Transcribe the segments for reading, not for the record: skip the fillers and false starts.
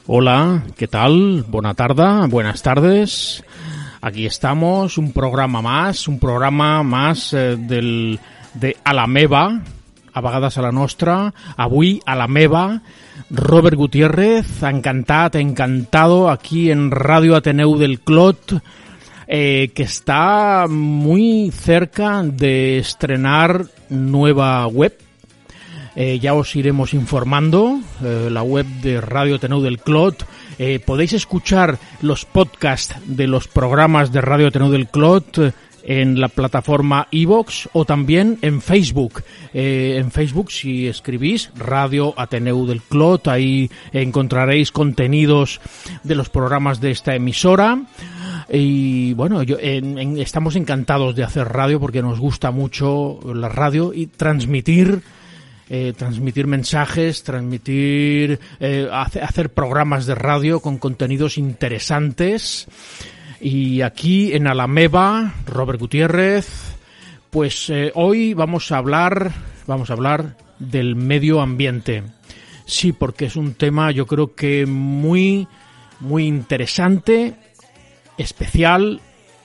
Hola, ¿qué tal? Bona tarda, buenas tardes. Aquí estamos, un programa más de A la meva, a vegades a la nostra. Avui, a la meva, Robert Gutiérrez, encantado aquí en Radio Ateneu del Clot, que está muy cerca de estrenar nueva web. Ya os iremos informando, la web de Radio Ateneu del Clot. Podéis escuchar los podcasts de los programas de Radio Ateneu del Clot en la plataforma iVoox o también en Facebook. En Facebook, si escribís Radio Ateneu del Clot, ahí encontraréis contenidos de los programas de esta emisora. Y bueno, estamos encantados de hacer radio porque nos gusta mucho la radio y transmitir mensajes, hacer programas de radio con contenidos interesantes. Y aquí en A la meva, Robert Gutiérrez, pues hoy vamos a hablar del medio ambiente. Sí, porque es un tema, yo creo que muy interesante, especial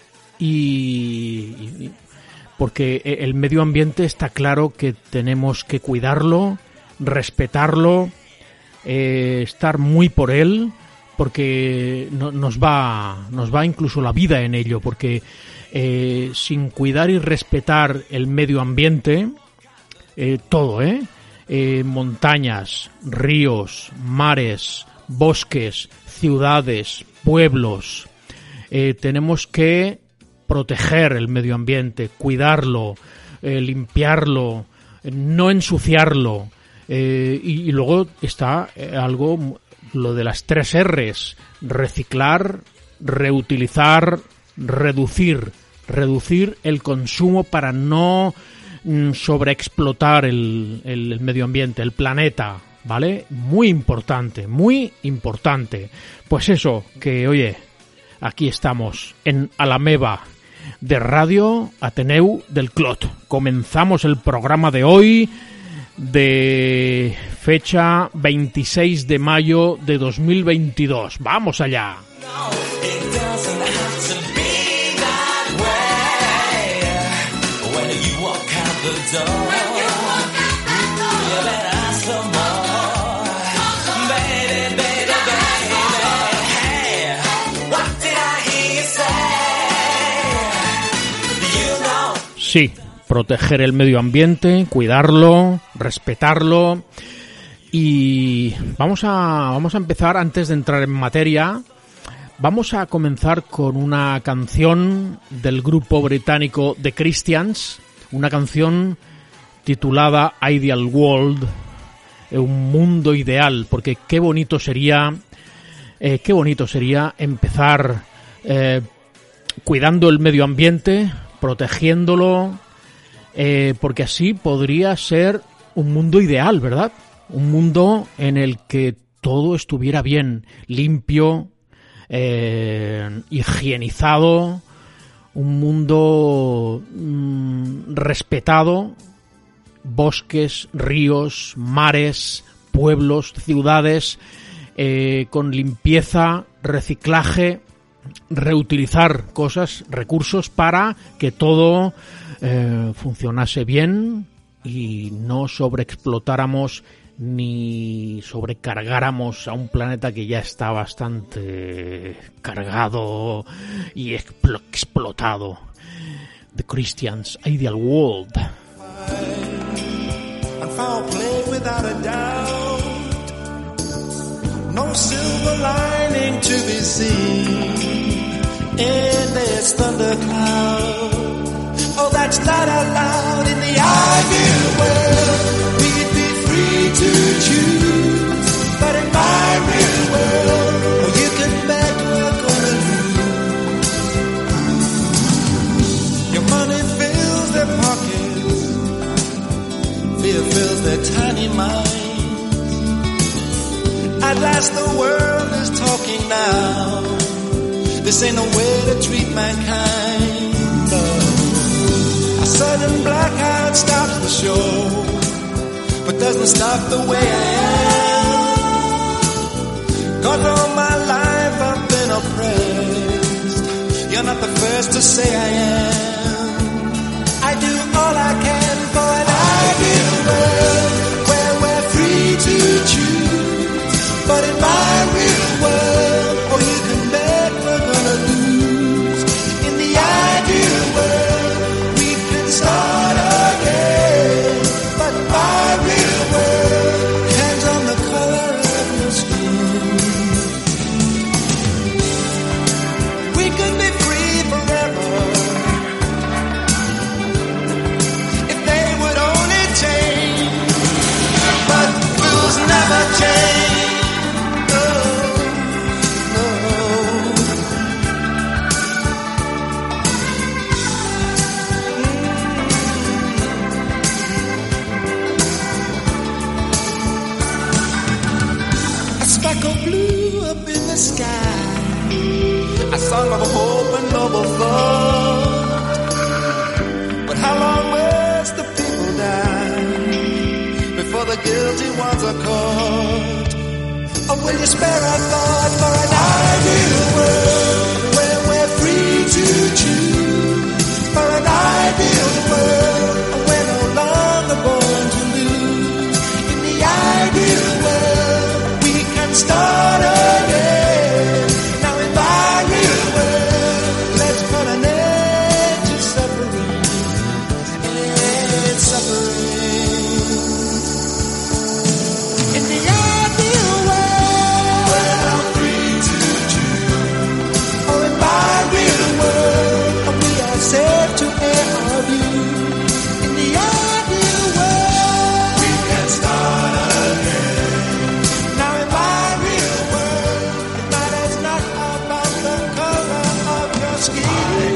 y porque el medio ambiente está claro que tenemos que cuidarlo, respetarlo, estar muy por él, porque nos va incluso la vida en ello, porque sin cuidar y respetar el medio ambiente, todo, montañas, ríos, mares, bosques, ciudades, pueblos, tenemos que proteger el medio ambiente, cuidarlo, limpiarlo, no ensuciarlo. Y luego está lo de las 3 R's: reciclar, reutilizar, reducir. Reducir el consumo para no sobreexplotar el medio ambiente, el planeta, ¿vale? Muy importante. Pues eso, que oye, aquí estamos en A la meva de Radio Ateneu del Clot. Comenzamos el programa de hoy, de fecha 26 de mayo de 2022. ¡Vamos allá! Sí, proteger el medio ambiente, cuidarlo, respetarlo. Y vamos a empezar, antes de entrar en materia, vamos a comenzar con una canción del grupo británico The Christians, una canción titulada Ideal World, un mundo ideal, porque qué bonito sería empezar cuidando el medio ambiente, protegiéndolo, porque así podría ser un mundo ideal, ¿verdad? Un mundo en el que todo estuviera bien, limpio, higienizado, un mundo respetado, bosques, ríos, mares, pueblos, ciudades, con limpieza, reciclaje, reutilizar cosas, recursos, para que todo funcionase bien y no sobreexplotáramos ni sobrecargáramos a un planeta que ya está bastante cargado y explotado. The Christians, Ideal World. And foul play without a doubt. No silver lining to be seen in this thundercloud. Oh, that's not allowed in the ideal world. We'd be free to choose, but in my real world, you can bet we're gonna lose. Your money fills their pockets, fear fills their tiny minds. At last the world is talking now. This ain't no way to treat mankind. No. A sudden blackout stops the show, but doesn't stop the way I am. 'Cause first to say I am. I do all I can for an ideal world where we're free to choose. But in my real world, oh, you can bet we're gonna lose. In the ideal world, we can start again. But my real world hangs on the color of your skin. We could be free forever if they would only change. But rules never change. No, no. A speck of blue up in the sky, a song of hope and noble thought. But how long must the people die before the guilty ones are caught? Or will you spare a thought for an ideal world where we're free to choose? For an ideal world we're no longer born to lose. In the ideal world we can start again. Now in my real world, let's put an end to suffering. And suffering. In the ideal world, where I'm free to choose. Oh, in my real world, we are safe to air our views. In the ideal world, we can start again. Now in my real world, it matters not about the color of your skin.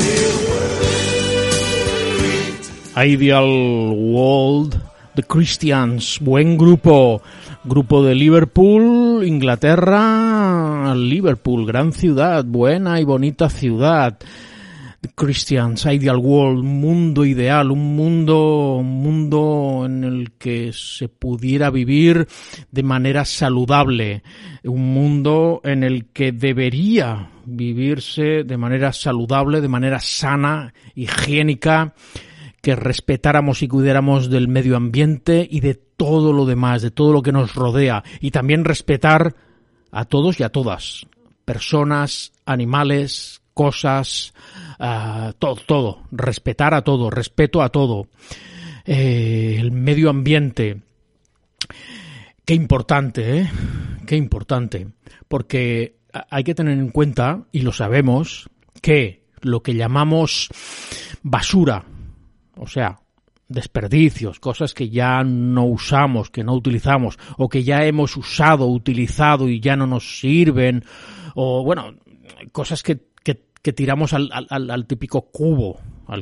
Ideal World, The Christians, buen grupo de Liverpool, Inglaterra. Liverpool, gran ciudad, buena y bonita ciudad. The Christians, Ideal World, mundo ideal, un mundo en el que se pudiera vivir de manera saludable, un mundo en el que debería vivirse de manera saludable, de manera sana, higiénica, que respetáramos y cuidáramos del medio ambiente y de todo lo demás, de todo lo que nos rodea, y también respetar a todos y a todas, personas, animales, cosas, todo, respetar a todo, respeto a todo, el medio ambiente. Qué importante, qué importante, porque hay que tener en cuenta, y lo sabemos, que lo que llamamos basura, o sea, desperdicios, cosas que ya no usamos, que no utilizamos, o que ya hemos usado, utilizado y ya no nos sirven, o bueno, cosas que tiramos al típico cubo,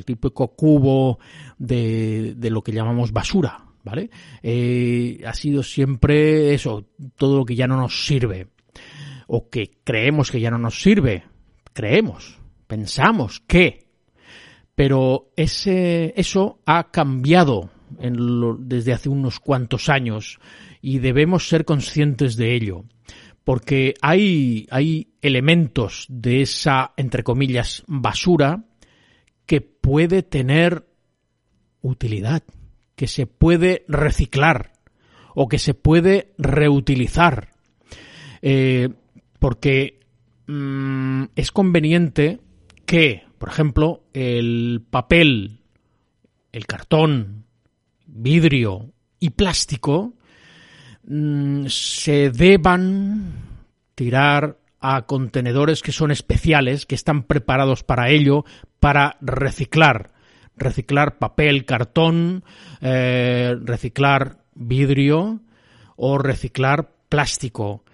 de lo que llamamos basura, ¿vale? Ha sido siempre eso, todo lo que ya no nos sirve, o que creemos que ya no nos sirve, pensamos que, pero eso ha cambiado desde hace unos cuantos años y debemos ser conscientes de ello, porque hay elementos de esa, entre comillas, basura que puede tener utilidad, que se puede reciclar o que se puede reutilizar, porque es conveniente que, por ejemplo, el papel, el cartón, vidrio y plástico se deban tirar a contenedores que son especiales, que están preparados para ello, para reciclar papel, cartón, reciclar vidrio o reciclar plástico.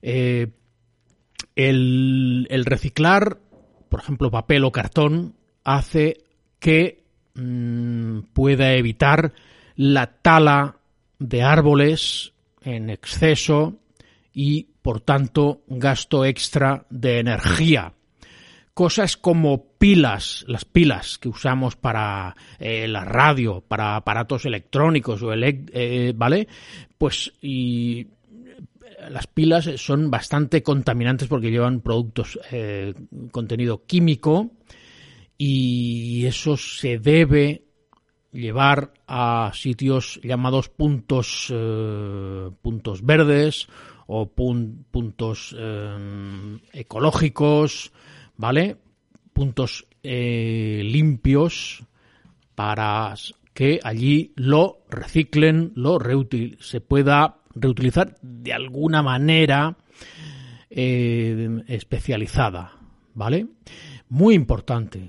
El reciclar, por ejemplo, papel o cartón, hace que pueda evitar la tala de árboles en exceso y, por tanto, gasto extra de energía. Cosas como pilas, las pilas que usamos para la radio, para aparatos electrónicos, ¿vale? Pues y las pilas son bastante contaminantes porque llevan productos, contenido químico, y eso se debe llevar a sitios llamados puntos verdes o puntos ecológicos, ¿vale? Puntos limpios para que allí lo reciclen, se pueda reutilizar de alguna manera especializada, ¿vale? Muy importante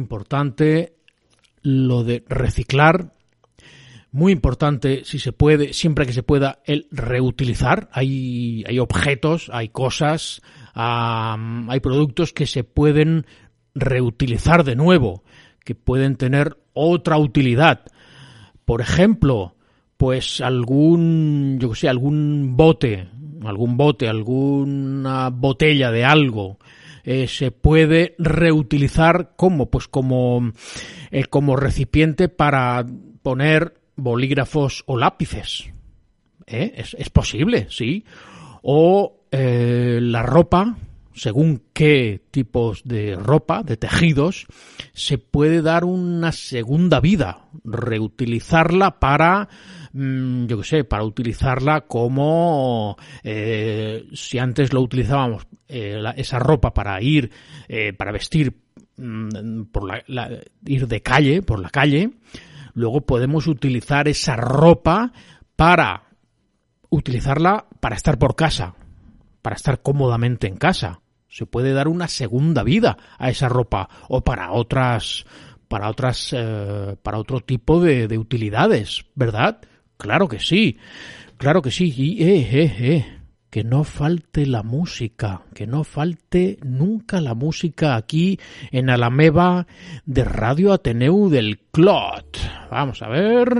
lo de reciclar, muy importante, si se puede, siempre que se pueda, el reutilizar. Hay objetos, hay cosas, hay productos que se pueden reutilizar de nuevo, que pueden tener otra utilidad. Por ejemplo, pues algún bote, alguna botella de algo, se puede reutilizar como recipiente para poner bolígrafos o lápices. Es posible, sí. O la ropa, según qué tipos de ropa, de tejidos, se puede dar una segunda vida, reutilizarla para utilizarla como si antes lo utilizábamos esa ropa para ir para vestir ir de calle, por la calle, luego podemos utilizar esa ropa para utilizarla para estar por casa, para estar cómodamente en casa. Se puede dar una segunda vida a esa ropa o para otro tipo de utilidades, ¿verdad? Claro que sí. Y que no falte la música, que no falte nunca la música aquí en Alameva de Radio Ateneu del Clot. Vamos a ver.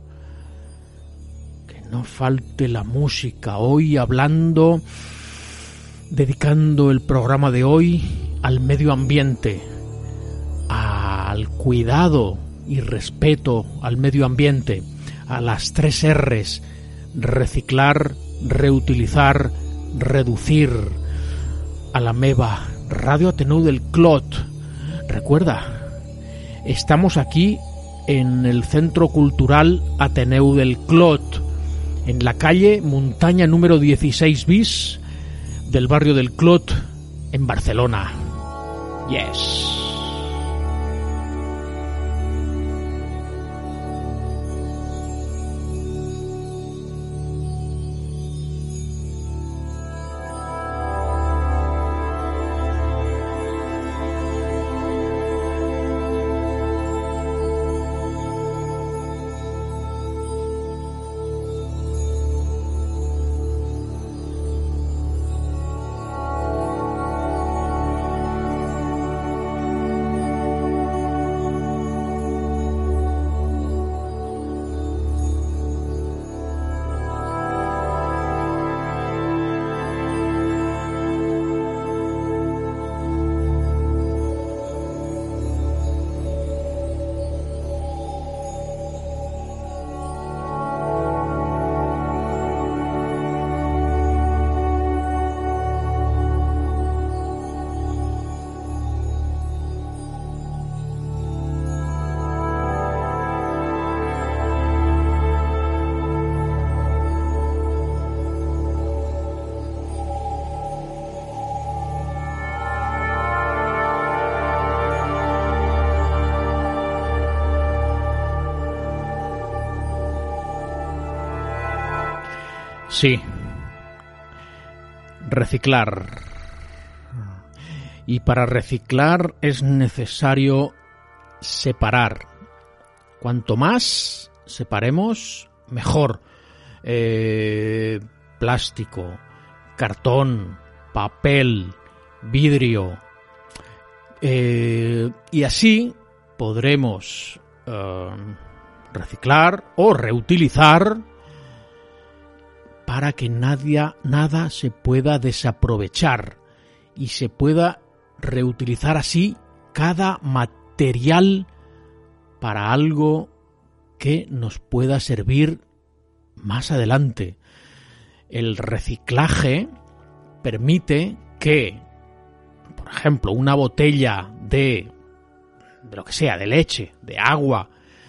Que no falte la música. Hoy dedicando el programa de hoy al medio ambiente, al cuidado y respeto al medio ambiente, a las 3 R's: reciclar, reutilizar, reducir. Alameva, Radio Ateneu del Clot. Recuerda, estamos aquí en el Centro Cultural Ateneu del Clot, en la calle Montaña número 16 bis del barrio del Clot, en Barcelona. Yes. Sí, reciclar. Y para reciclar es necesario separar. Cuanto más separemos, mejor. Plástico, cartón, papel, vidrio. Y así podremos reciclar o reutilizar para que nada se pueda desaprovechar y se pueda reutilizar así cada material para algo que nos pueda servir más adelante. El reciclaje permite que, por ejemplo, una botella de lo que sea, de leche, de agua,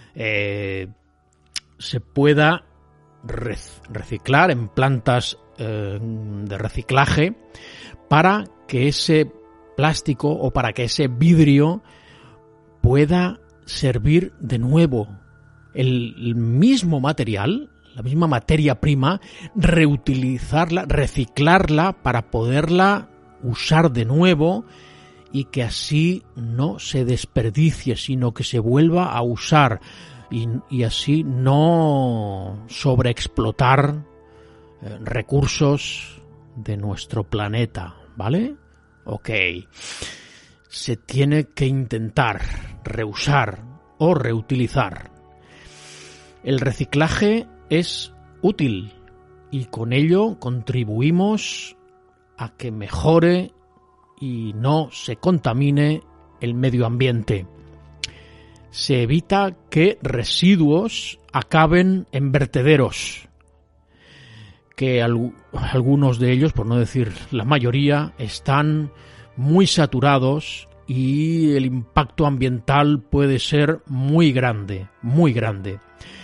se pueda reciclar en plantas de reciclaje para que ese plástico o para que ese vidrio pueda servir de nuevo. El mismo material, la misma materia prima, reutilizarla, reciclarla para poderla usar de nuevo y que así no se desperdicie, sino que se vuelva a usar y así no sobreexplotar recursos de nuestro planeta, ¿vale? Ok. Se tiene que intentar reusar o reutilizar. El reciclaje es útil y con ello contribuimos a que mejore y no se contamine el medio ambiente. Se evita que residuos acaben en vertederos, que algunos de ellos, por no decir la mayoría, están muy saturados y el impacto ambiental puede ser muy grande, muy grande.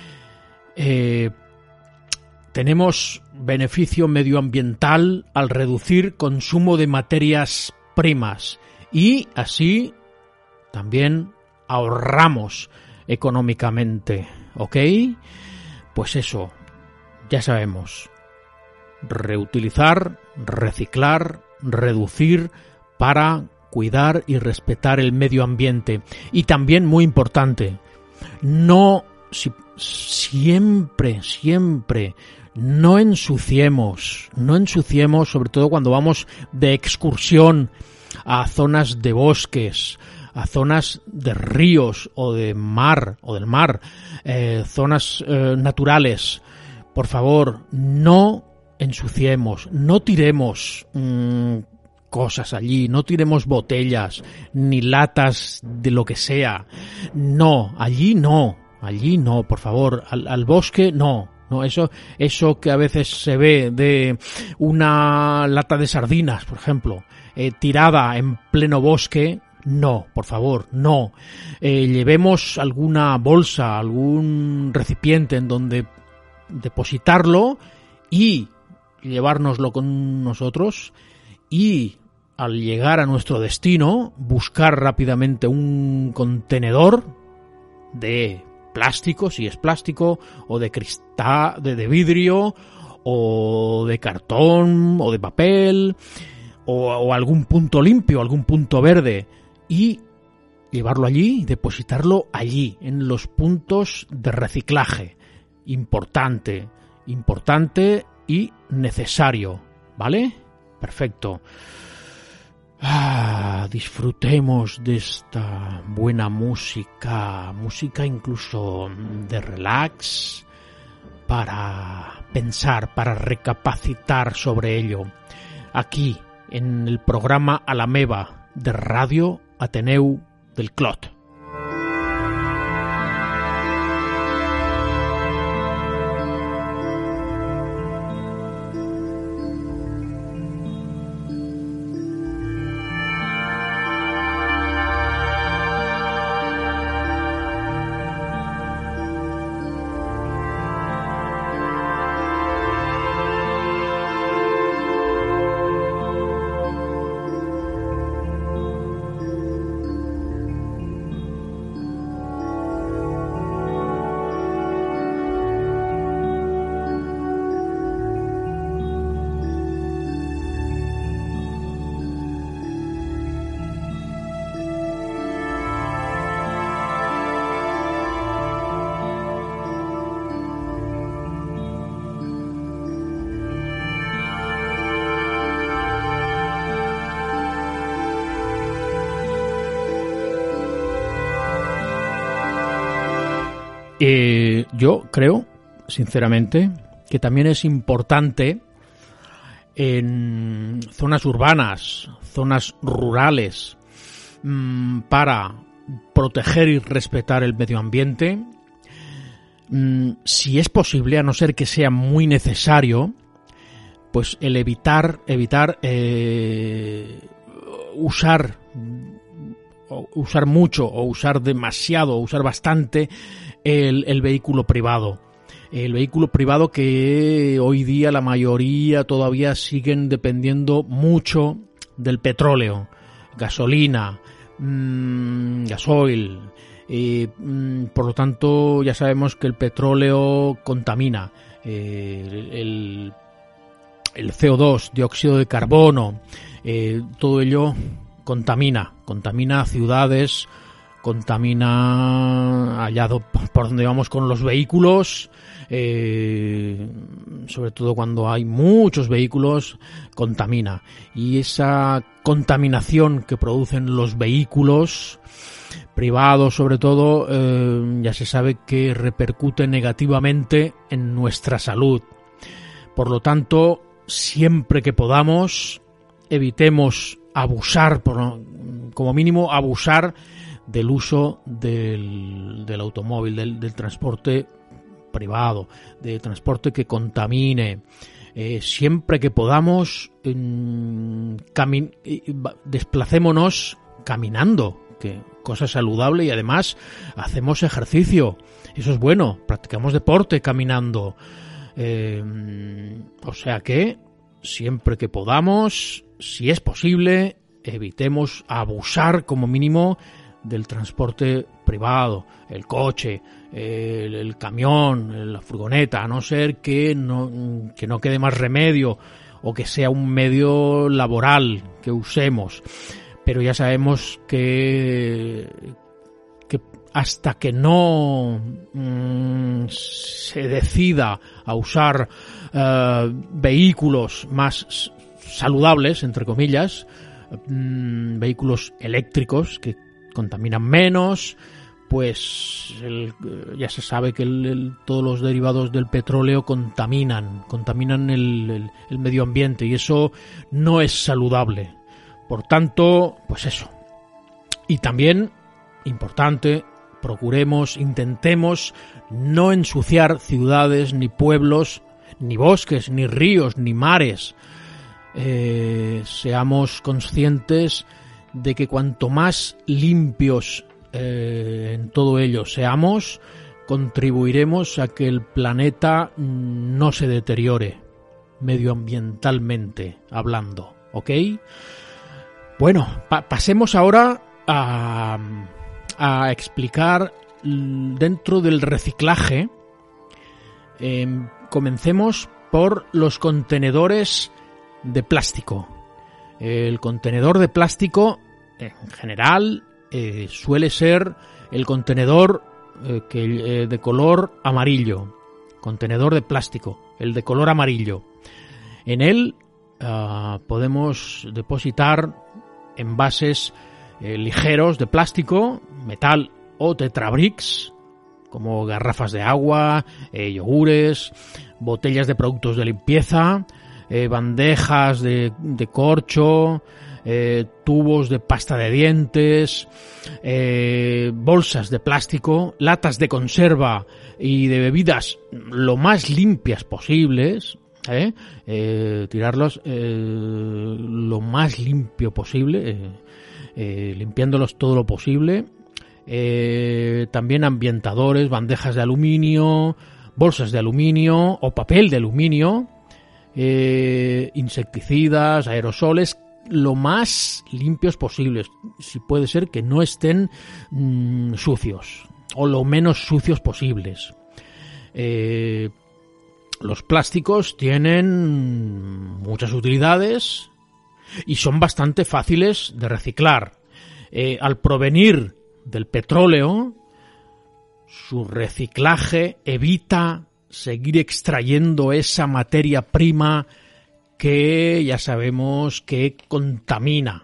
Tenemos beneficio medioambiental al reducir consumo de materias primas y así también ahorramos económicamente, ¿ok? Pues eso, ya sabemos. Reutilizar, reciclar, reducir para cuidar y respetar el medio ambiente. Y también, muy importante, siempre, no ensuciemos, sobre todo cuando vamos de excursión a zonas de bosques, a zonas de ríos o de mar, zonas naturales. Por favor, no ensuciemos, no tiremos cosas allí, no tiremos botellas ni latas de lo que sea. No, allí no, por favor, al bosque no. No, eso que a veces se ve de una lata de sardinas, por ejemplo, tirada en pleno bosque, no, por favor, no. Llevemos alguna bolsa, algún recipiente en donde depositarlo y llevárnoslo con nosotros y al llegar a nuestro destino buscar rápidamente un contenedor de plástico, si es plástico, o de cristal, de vidrio, o de cartón, o de papel, o algún punto limpio, algún punto verde, y llevarlo allí y depositarlo allí, en los puntos de reciclaje. Importante y necesario, ¿vale? Perfecto. Disfrutemos de esta buena música incluso de relax, para pensar, para recapacitar sobre ello, aquí en el programa A la Meva de Radio Ateneu del Clot. Yo creo, sinceramente, que también es importante en zonas urbanas, zonas rurales, para proteger y respetar el medio ambiente, si es posible, a no ser que sea muy necesario, pues el evitar usar usar mucho o usar demasiado o usar bastante el vehículo privado. El vehículo privado que hoy día la mayoría todavía siguen dependiendo mucho del petróleo, gasolina, gasoil. Por lo tanto, ya sabemos que el petróleo contamina. El CO2, dióxido de carbono, todo ello contamina ciudades, contamina allá por donde vamos con los vehículos, sobre todo cuando hay muchos vehículos, contamina. Y esa contaminación que producen los vehículos privados, sobre todo, ya se sabe que repercute negativamente en nuestra salud. Por lo tanto, siempre que podamos, evitemos abusar, como mínimo abusar del uso del automóvil, del transporte privado, del transporte que contamine. Siempre que podamos, desplacémonos caminando, que cosa saludable, y además hacemos ejercicio. Eso es bueno, practicamos deporte caminando. O sea que siempre que podamos, si es posible, evitemos abusar como mínimo del transporte privado, el coche, el camión, la furgoneta, a no ser que no quede más remedio o que sea un medio laboral que usemos. Pero ya sabemos que hasta que no se decida a usar vehículos más saludables, entre comillas, vehículos eléctricos que contaminan menos, pues ya se sabe que todos los derivados del petróleo contaminan el medio ambiente, y eso no es saludable. Por tanto, pues eso. Y también, importante, intentemos no ensuciar ciudades, ni pueblos, ni bosques, ni ríos, ni mares. Seamos conscientes de que cuanto más limpios en todo ello seamos, contribuiremos a que el planeta no se deteriore, medioambientalmente hablando, ¿ok? Bueno, pasemos ahora a explicar dentro del reciclaje. Comencemos por los contenedores de plástico. El contenedor de plástico, en general, suele ser el contenedor de color amarillo. Contenedor de plástico, el de color amarillo. En él podemos depositar envases ligeros de plástico, metal o tetrabricks, como garrafas de agua, yogures, botellas de productos de limpieza, bandejas de corcho, tubos de pasta de dientes, bolsas de plástico, latas de conserva y de bebidas lo más limpias posibles. Tirarlos lo más limpio posible, limpiándolos todo lo posible. También ambientadores, bandejas de aluminio, bolsas de aluminio o papel de aluminio, insecticidas, aerosoles, lo más limpios posibles. Si puede ser que no estén sucios o lo menos sucios posibles. Los plásticos tienen muchas utilidades y son bastante fáciles de reciclar. Al provenir del petróleo, su reciclaje evita seguir extrayendo esa materia prima que ya sabemos que contamina.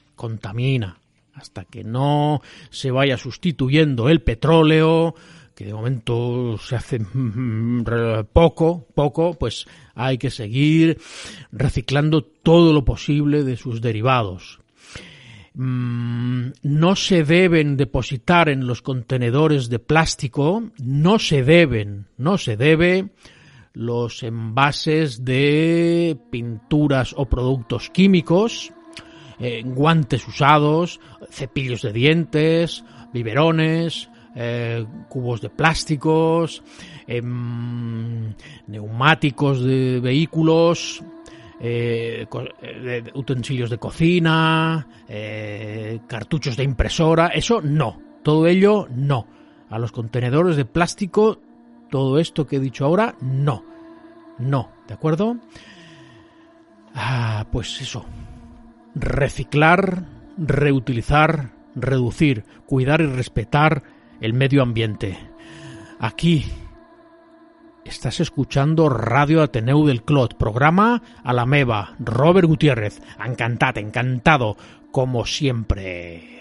Hasta que no se vaya sustituyendo el petróleo, que de momento se hace poco, pues hay que seguir reciclando todo lo posible de sus derivados. No se deben depositar en los contenedores de plástico, no se debe los envases de pinturas o productos químicos, guantes usados, cepillos de dientes, biberones, cubos de plásticos, neumáticos de vehículos, utensilios de cocina, cartuchos de impresora. Eso no, todo ello no. A los contenedores de plástico, todo esto que he dicho ahora, no, ¿de acuerdo? Pues eso, reciclar, reutilizar, reducir, cuidar y respetar el medio ambiente. Aquí estás escuchando Radio Ateneu del Clot, programa a la meva, Robert Gutiérrez, encantado, como siempre.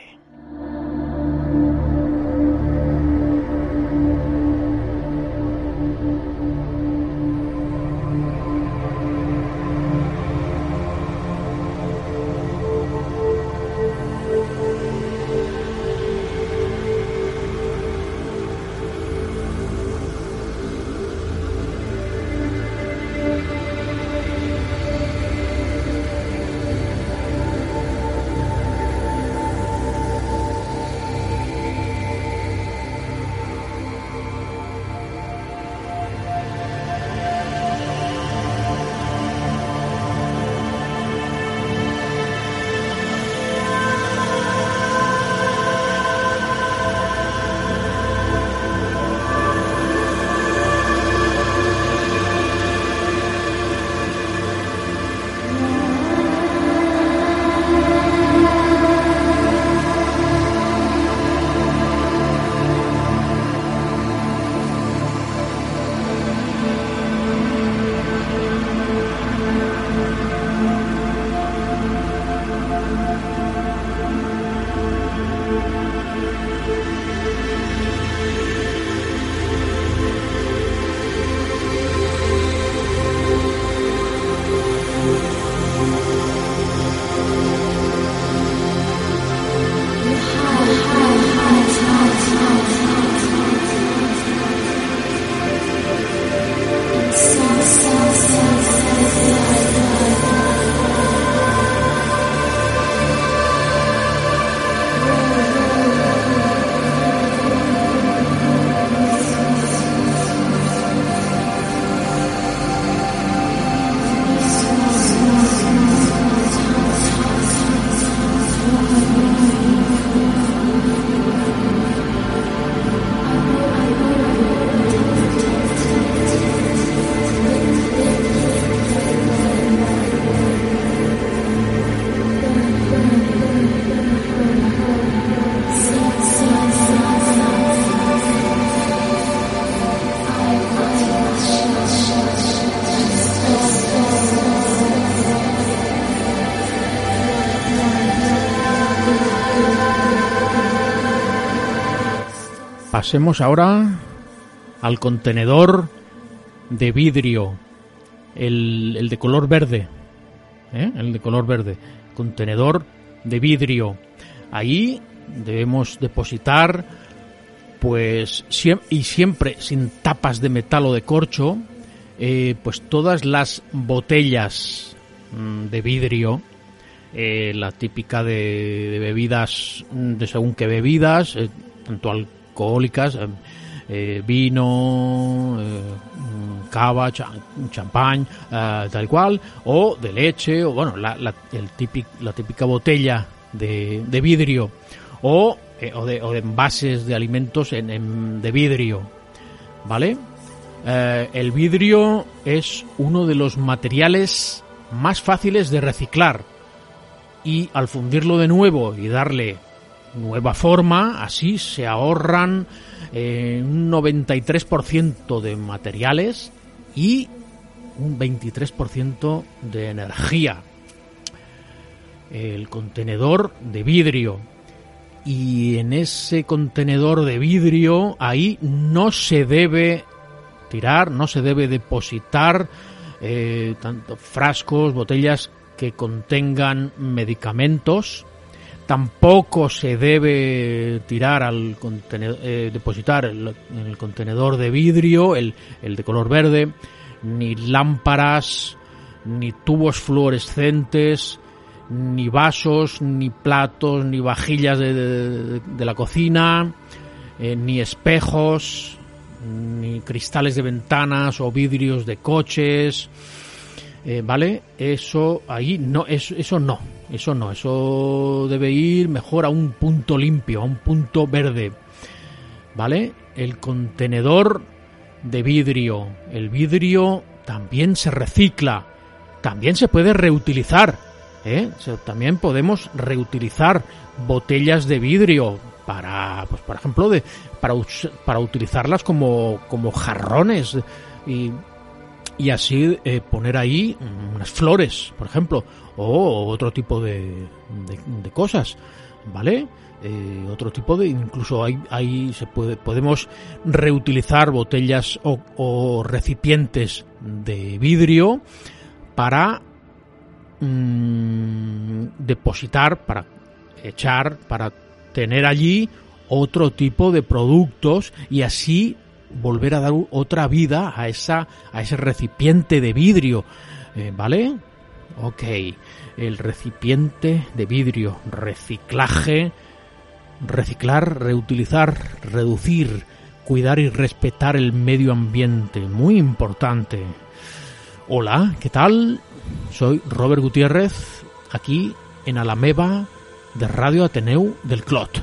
Pasemos ahora al contenedor de vidrio, el de color verde, el de color verde, contenedor de vidrio. Ahí debemos depositar, pues siempre sin tapas de metal o de corcho, pues todas las botellas de vidrio, la típica de bebidas, de según qué bebidas, tanto alcohólicas, vino, cava, champán, tal cual, o de leche, o bueno, la típica botella de vidrio, o de envases de alimentos de vidrio, ¿vale? El vidrio es uno de los materiales más fáciles de reciclar, y al fundirlo de nuevo y darle nueva forma, así se ahorran un 93% de materiales y un 23% de energía. El contenedor de vidrio, y en ese contenedor de vidrio ahí no se debe tirar, no se debe depositar tanto frascos, botellas que contengan medicamentos. Tampoco se debe tirar al contenedor, depositar en el contenedor de vidrio, el de color verde, ni lámparas, ni tubos fluorescentes, ni vasos, ni platos, ni vajillas de la cocina, ni espejos, ni cristales de ventanas o vidrios de coches, ¿vale? Eso ahí no, eso debe ir mejor a un punto limpio, a un punto verde, ¿vale? El contenedor de vidrio, el vidrio también se recicla, también se puede reutilizar, O sea, también podemos reutilizar botellas de vidrio para, pues por ejemplo, para utilizarlas como jarrones y así poner ahí unas flores, por ejemplo, o otro tipo de cosas, ¿vale? Otro tipo de, incluso podemos reutilizar botellas o recipientes de vidrio para depositar, para echar, para tener allí otro tipo de productos y así volver a dar otra vida a ese recipiente de vidrio, ¿vale? Ok, el recipiente de vidrio, reciclaje, reciclar, reutilizar, reducir, cuidar y respetar el medio ambiente, muy importante. Hola, ¿qué tal? Soy Robert Gutiérrez, aquí en Alameva de Radio Ateneu del Clot.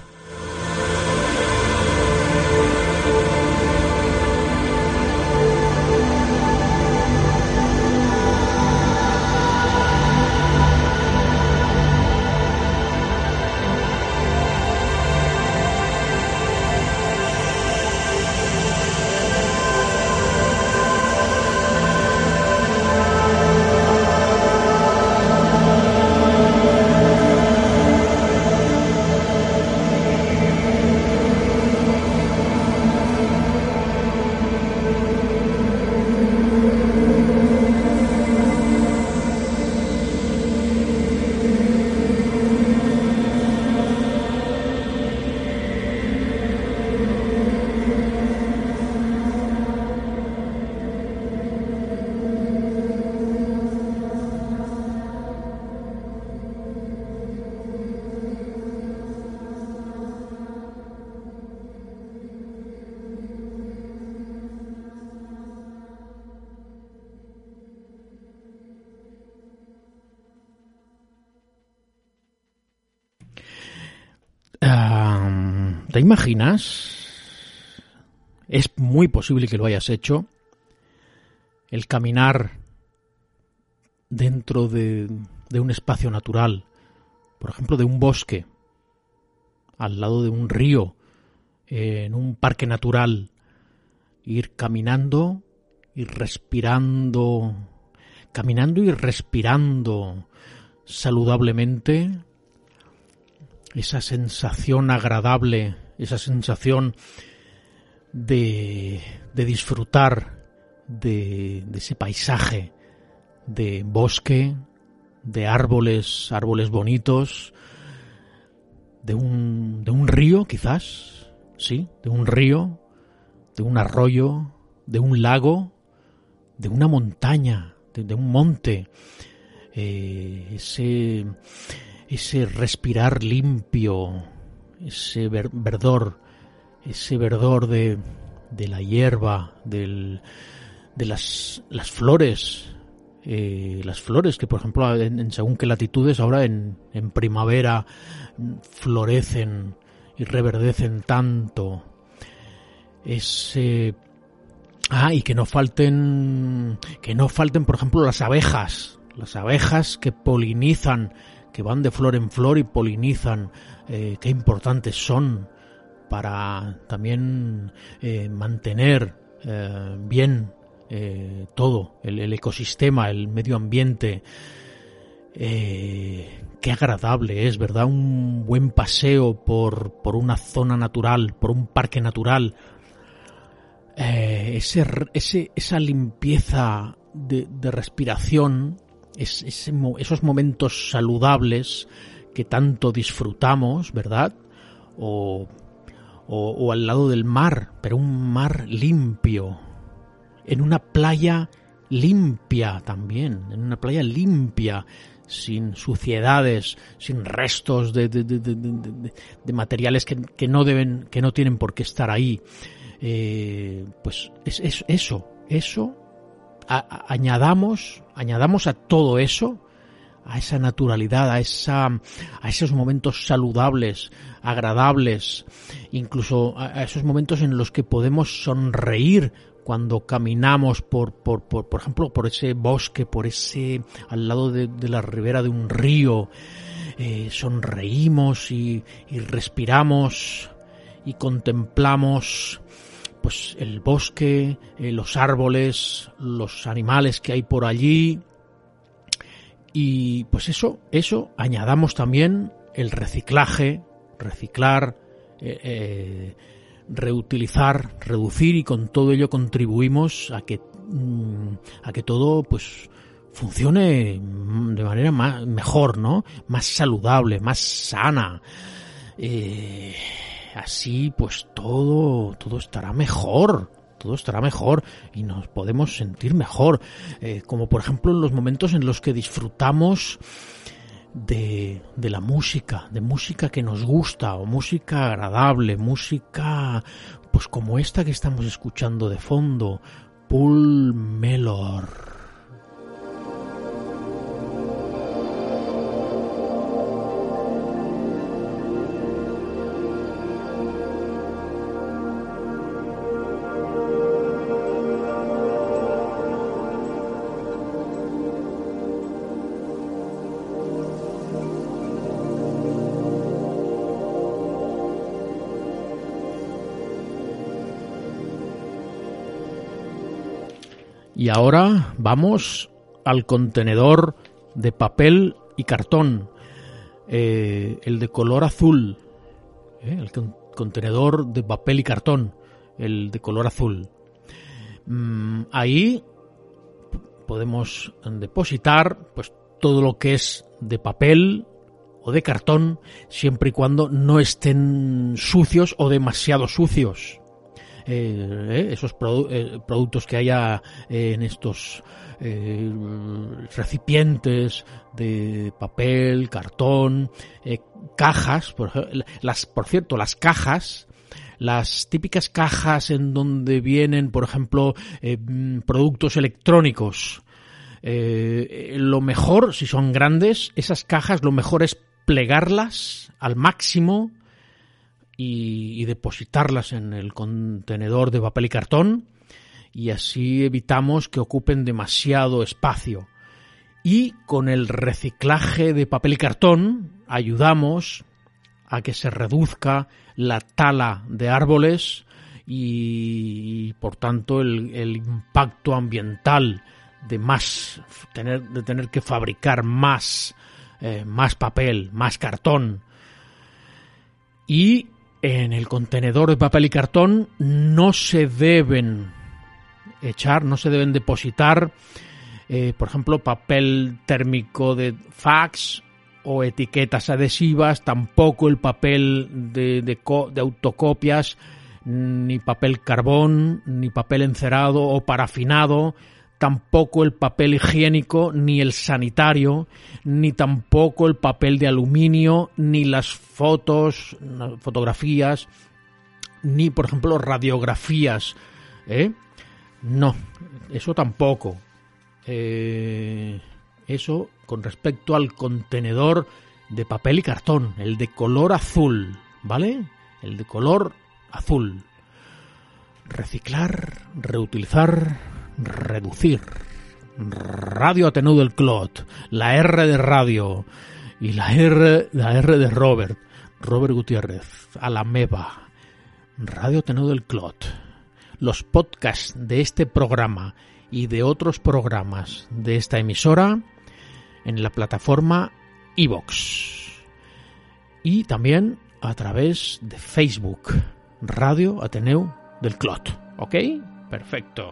¿Te imaginas? Es muy posible que lo hayas hecho. El caminar dentro de un espacio natural, por ejemplo, de un bosque, al lado de un río, en un parque natural, ir caminando y respirando saludablemente, esa sensación agradable, esa sensación de disfrutar de ese paisaje de bosque, de árboles bonitos, de un río quizás, sí, de un río, de un arroyo, de un lago, de una montaña, de un monte, ese respirar limpio, ese verdor de la hierba, de las flores, las flores que por ejemplo en según qué latitudes ahora en primavera florecen y reverdecen tanto. Y que no falten por ejemplo las abejas que polinizan, que van de flor en flor y polinizan, qué importantes son para también mantener bien todo el ecosistema, el medio ambiente. Qué agradable es, ¿verdad? Un buen paseo por una zona natural, por un parque natural. Esa limpieza de respiración, esos momentos saludables que tanto disfrutamos, ¿verdad? O al lado del mar, pero un mar limpio, en una playa limpia también, en una playa limpia, sin suciedades, sin restos de materiales que no tienen por qué estar ahí. Pues es eso. Añadamos a todo eso, a esa naturalidad, a esos momentos saludables, agradables, incluso a esos momentos en los que podemos sonreír cuando caminamos por ejemplo, por ese bosque, al lado de la ribera de un río, sonreímos y respiramos y contemplamos pues el bosque, los árboles, los animales que hay por allí. Y pues eso, añadamos también el reciclaje, reciclar, reutilizar, reducir, y con todo ello contribuimos a que todo pues funcione de manera mejor, ¿no? Más saludable, más sana. Así pues todo estará mejor. Todo estará mejor y nos podemos sentir mejor, como por ejemplo en los momentos en los que disfrutamos de la música, de música que nos gusta, o música agradable, música pues como esta que estamos escuchando de fondo, Paul Mellor. Y ahora vamos al contenedor de papel y cartón, el de color azul, el contenedor de papel y cartón, el de color azul. Ahí podemos depositar pues todo lo que es de papel o de cartón, siempre y cuando no estén sucios o demasiado sucios. Esos productos que haya en estos recipientes de papel, cartón, cajas, por cierto, las cajas, las típicas cajas en donde vienen, por ejemplo, productos electrónicos. Lo mejor, si son grandes, esas cajas, lo mejor es plegarlas al máximo y depositarlas en el contenedor de papel y cartón, y así evitamos que ocupen demasiado espacio. Y con el reciclaje de papel y cartón ayudamos a que se reduzca la tala de árboles y por tanto el impacto ambiental de tener que fabricar más papel, más cartón. Y en el contenedor de papel y cartón no se deben depositar, por ejemplo, papel térmico de fax o etiquetas adhesivas, tampoco el papel de autocopias, ni papel carbón, ni papel encerado o parafinado, tampoco el papel higiénico, ni el sanitario, ni tampoco el papel de aluminio, ni las fotografías, ni, por ejemplo, radiografías. No, eso tampoco. Eso con respecto al contenedor de papel y cartón, el de color azul, ¿vale? El de color azul. Reciclar, reutilizar, reducir. Radio Ateneu del Clot, la R de radio y la R de Robert Gutiérrez, a la meva. Radio Ateneu del Clot. Los podcasts de este programa y de otros programas de esta emisora en la plataforma iVoox y también a través de Facebook, Radio Ateneu del Clot. ¿Ok? Perfecto.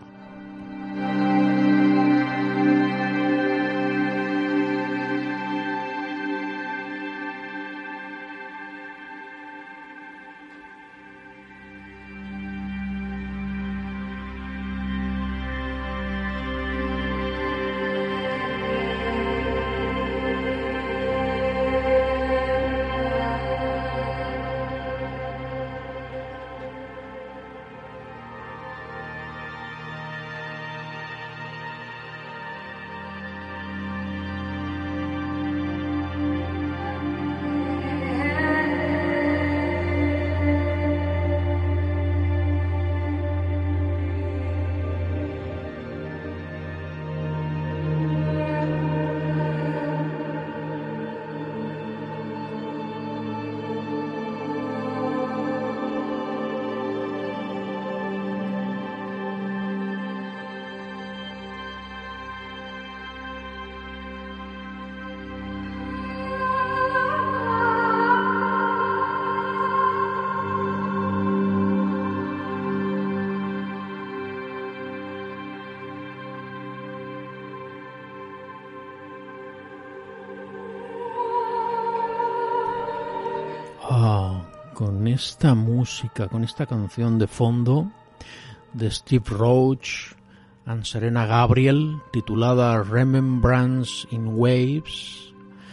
Con esta música, con esta canción de fondo de Steve Roach and Serena Gabriel, titulada Remembrance in Waves,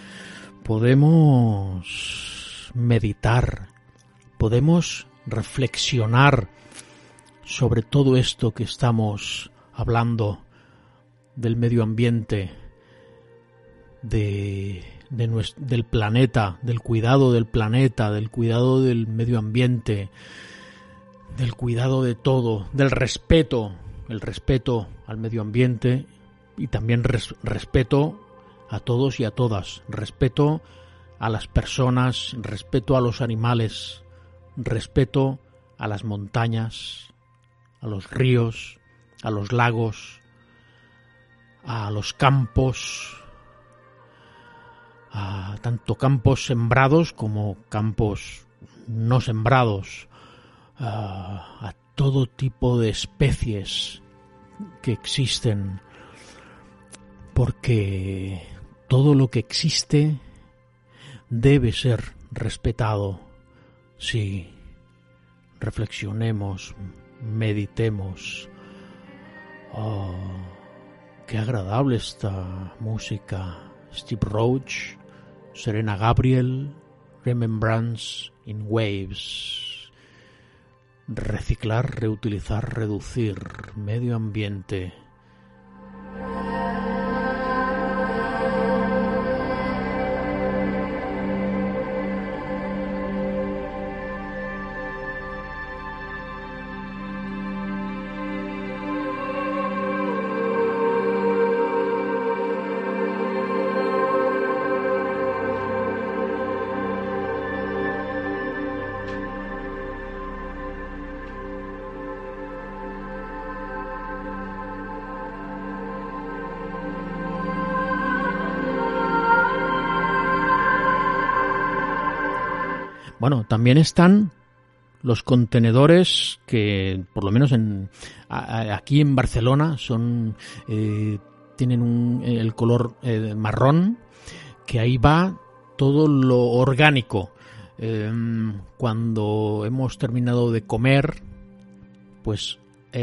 podemos meditar, podemos reflexionar sobre todo esto que estamos hablando del medio ambiente, del planeta, del cuidado del planeta, del cuidado del medio ambiente, del cuidado de todo, del respeto, el respeto al medio ambiente y también respeto a todos y a todas, respeto a las personas, respeto a los animales, respeto a las montañas, a los ríos, a los lagos, a los campos, a tanto campos sembrados como campos no sembrados, a todo tipo de especies que existen, porque todo lo que existe debe ser respetado. Sí, reflexionemos, meditemos. Qué agradable esta música. Steve Roach, Serena Gabriel, Remembrance in Waves. Reciclar, reutilizar, reducir, medio ambiente. Bueno, también están los contenedores que, por lo menos aquí en Barcelona, tienen el color marrón, que ahí va todo lo orgánico. Cuando hemos terminado de comer, pues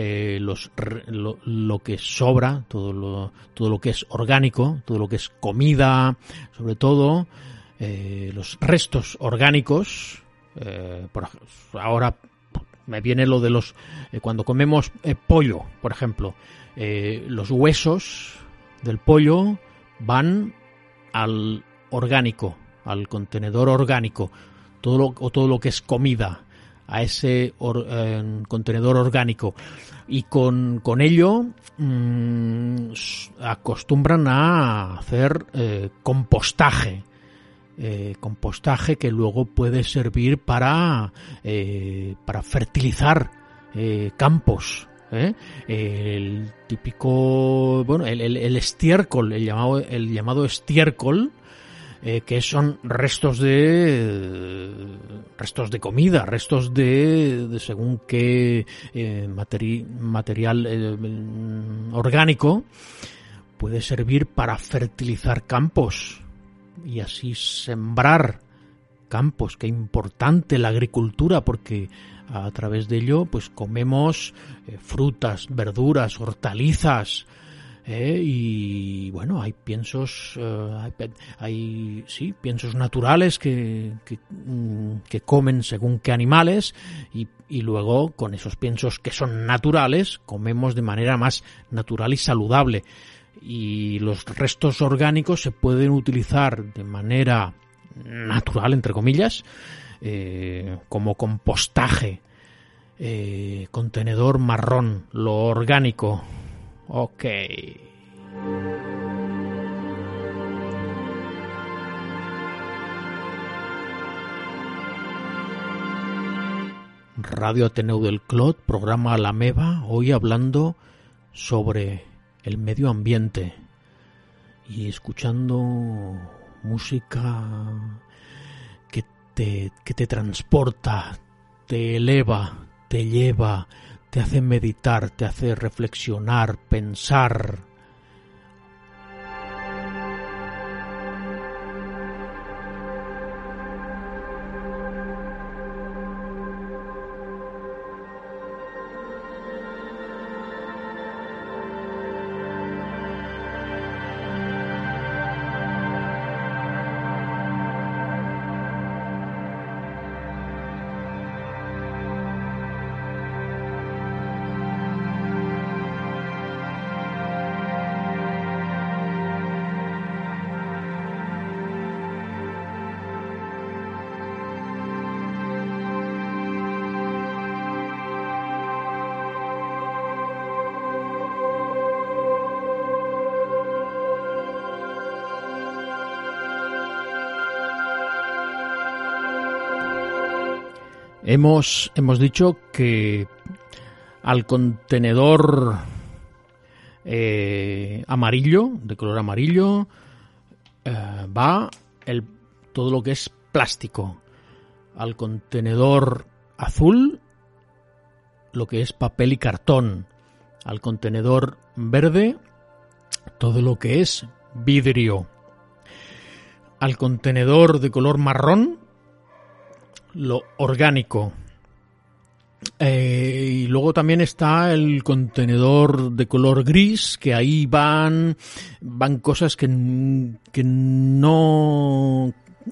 lo que sobra, todo lo que es orgánico, todo lo que es comida, sobre todo, los restos orgánicos, ahora me viene lo de los cuando comemos pollo, por ejemplo, los huesos del pollo van al orgánico, al contenedor orgánico, todo lo que es comida, a ese contenedor orgánico, y con ello acostumbran a hacer compostaje que luego puede servir para fertilizar campos. El típico, bueno, el estiércol, el llamado estiércol, que son restos de comida, restos de según qué material orgánico, puede servir para fertilizar campos y así sembrar campos. Qué importante la agricultura, porque a través de ello pues comemos frutas, verduras, hortalizas, y bueno, hay piensos piensos naturales que comen según qué animales, y luego con esos piensos que son naturales comemos de manera más natural y saludable. Y los restos orgánicos se pueden utilizar de manera natural, entre comillas, como compostaje. Contenedor marrón, lo orgánico. Ok. Radio Ateneu del Clot, programa La Meva, hoy hablando sobre el medio ambiente y escuchando música que te transporta, te eleva, te lleva, te hace meditar, te hace reflexionar, pensar. Hemos dicho que al contenedor amarillo, de color amarillo, va todo lo que es plástico. Al contenedor azul, lo que es papel y cartón. Al contenedor verde, todo lo que es vidrio. Al contenedor de color marrón, lo orgánico. Y luego también está el contenedor de color gris, que ahí van cosas que no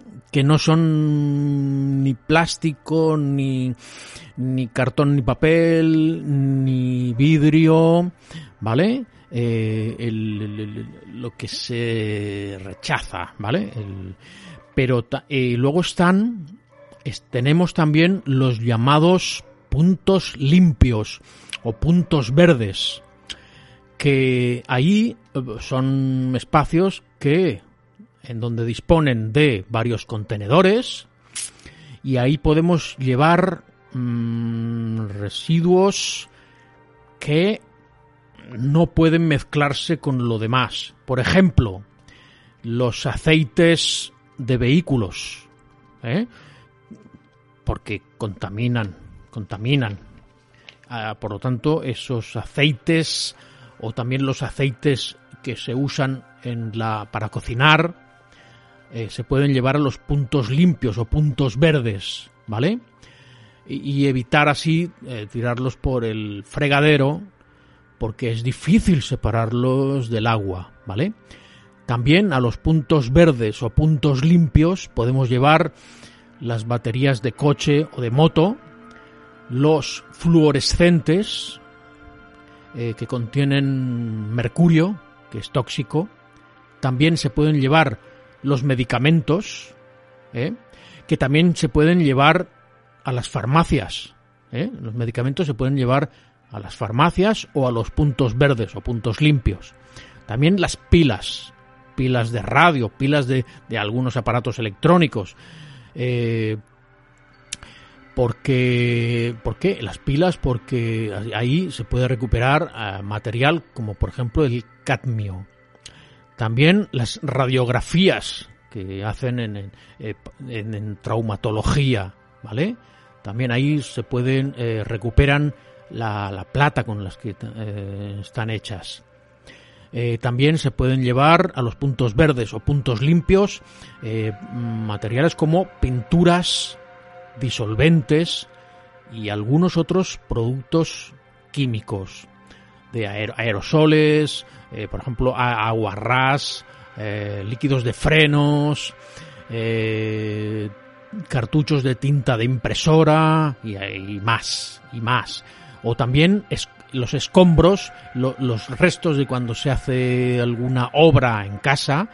son ni plástico, ni cartón, ni papel, ni vidrio, ¿vale? Lo que se rechaza, ¿vale? Pero luego tenemos también los llamados puntos limpios o puntos verdes, que ahí son espacios en donde disponen de varios contenedores, y ahí podemos llevar residuos que no pueden mezclarse con lo demás. Por ejemplo, los aceites de vehículos, porque contaminan. Por lo tanto, esos aceites, o también los aceites que se usan para cocinar, se pueden llevar a los puntos limpios o puntos verdes, ¿vale? Y evitar así tirarlos por el fregadero, porque es difícil separarlos del agua, ¿vale? También a los puntos verdes o puntos limpios podemos llevar las baterías de coche o de moto, los fluorescentes que contienen mercurio, que es tóxico. También se pueden llevar los medicamentos, que también se pueden llevar a las farmacias. Los medicamentos se pueden llevar a las farmacias o a los puntos verdes o puntos limpios. También las pilas de radio, pilas de algunos aparatos electrónicos. ¿Por qué las pilas? Porque ahí se puede recuperar material como por ejemplo el cadmio. También las radiografías que hacen en traumatología, ¿vale? También ahí se pueden recuperan la plata con las que están hechas. También se pueden llevar a los puntos verdes o puntos limpios materiales como pinturas, disolventes y algunos otros productos químicos, de aerosoles, por ejemplo aguarrás, líquidos de frenos, cartuchos de tinta de impresora y más. O también los escombros, los restos de cuando se hace alguna obra en casa,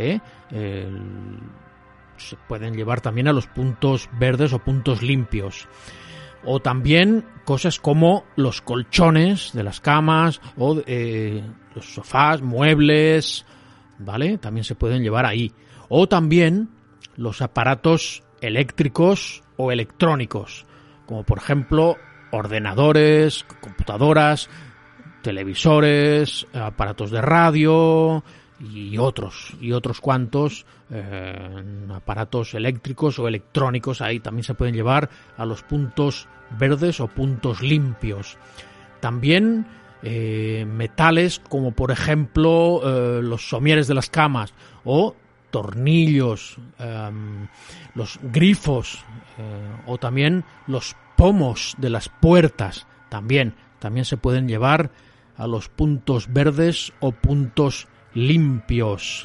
se pueden llevar también a los puntos verdes o puntos limpios. O también cosas como los colchones de las camas o los sofás, muebles, ¿vale? También se pueden llevar ahí. O también los aparatos eléctricos o electrónicos, como por ejemplo ordenadores, computadoras, televisores, aparatos de radio y otros cuantos aparatos eléctricos o electrónicos. Ahí también se pueden llevar a los puntos verdes o puntos limpios. También metales como por ejemplo los somieres de las camas o tornillos, los grifos o también los pomos de las puertas también se pueden llevar a los puntos verdes o puntos limpios.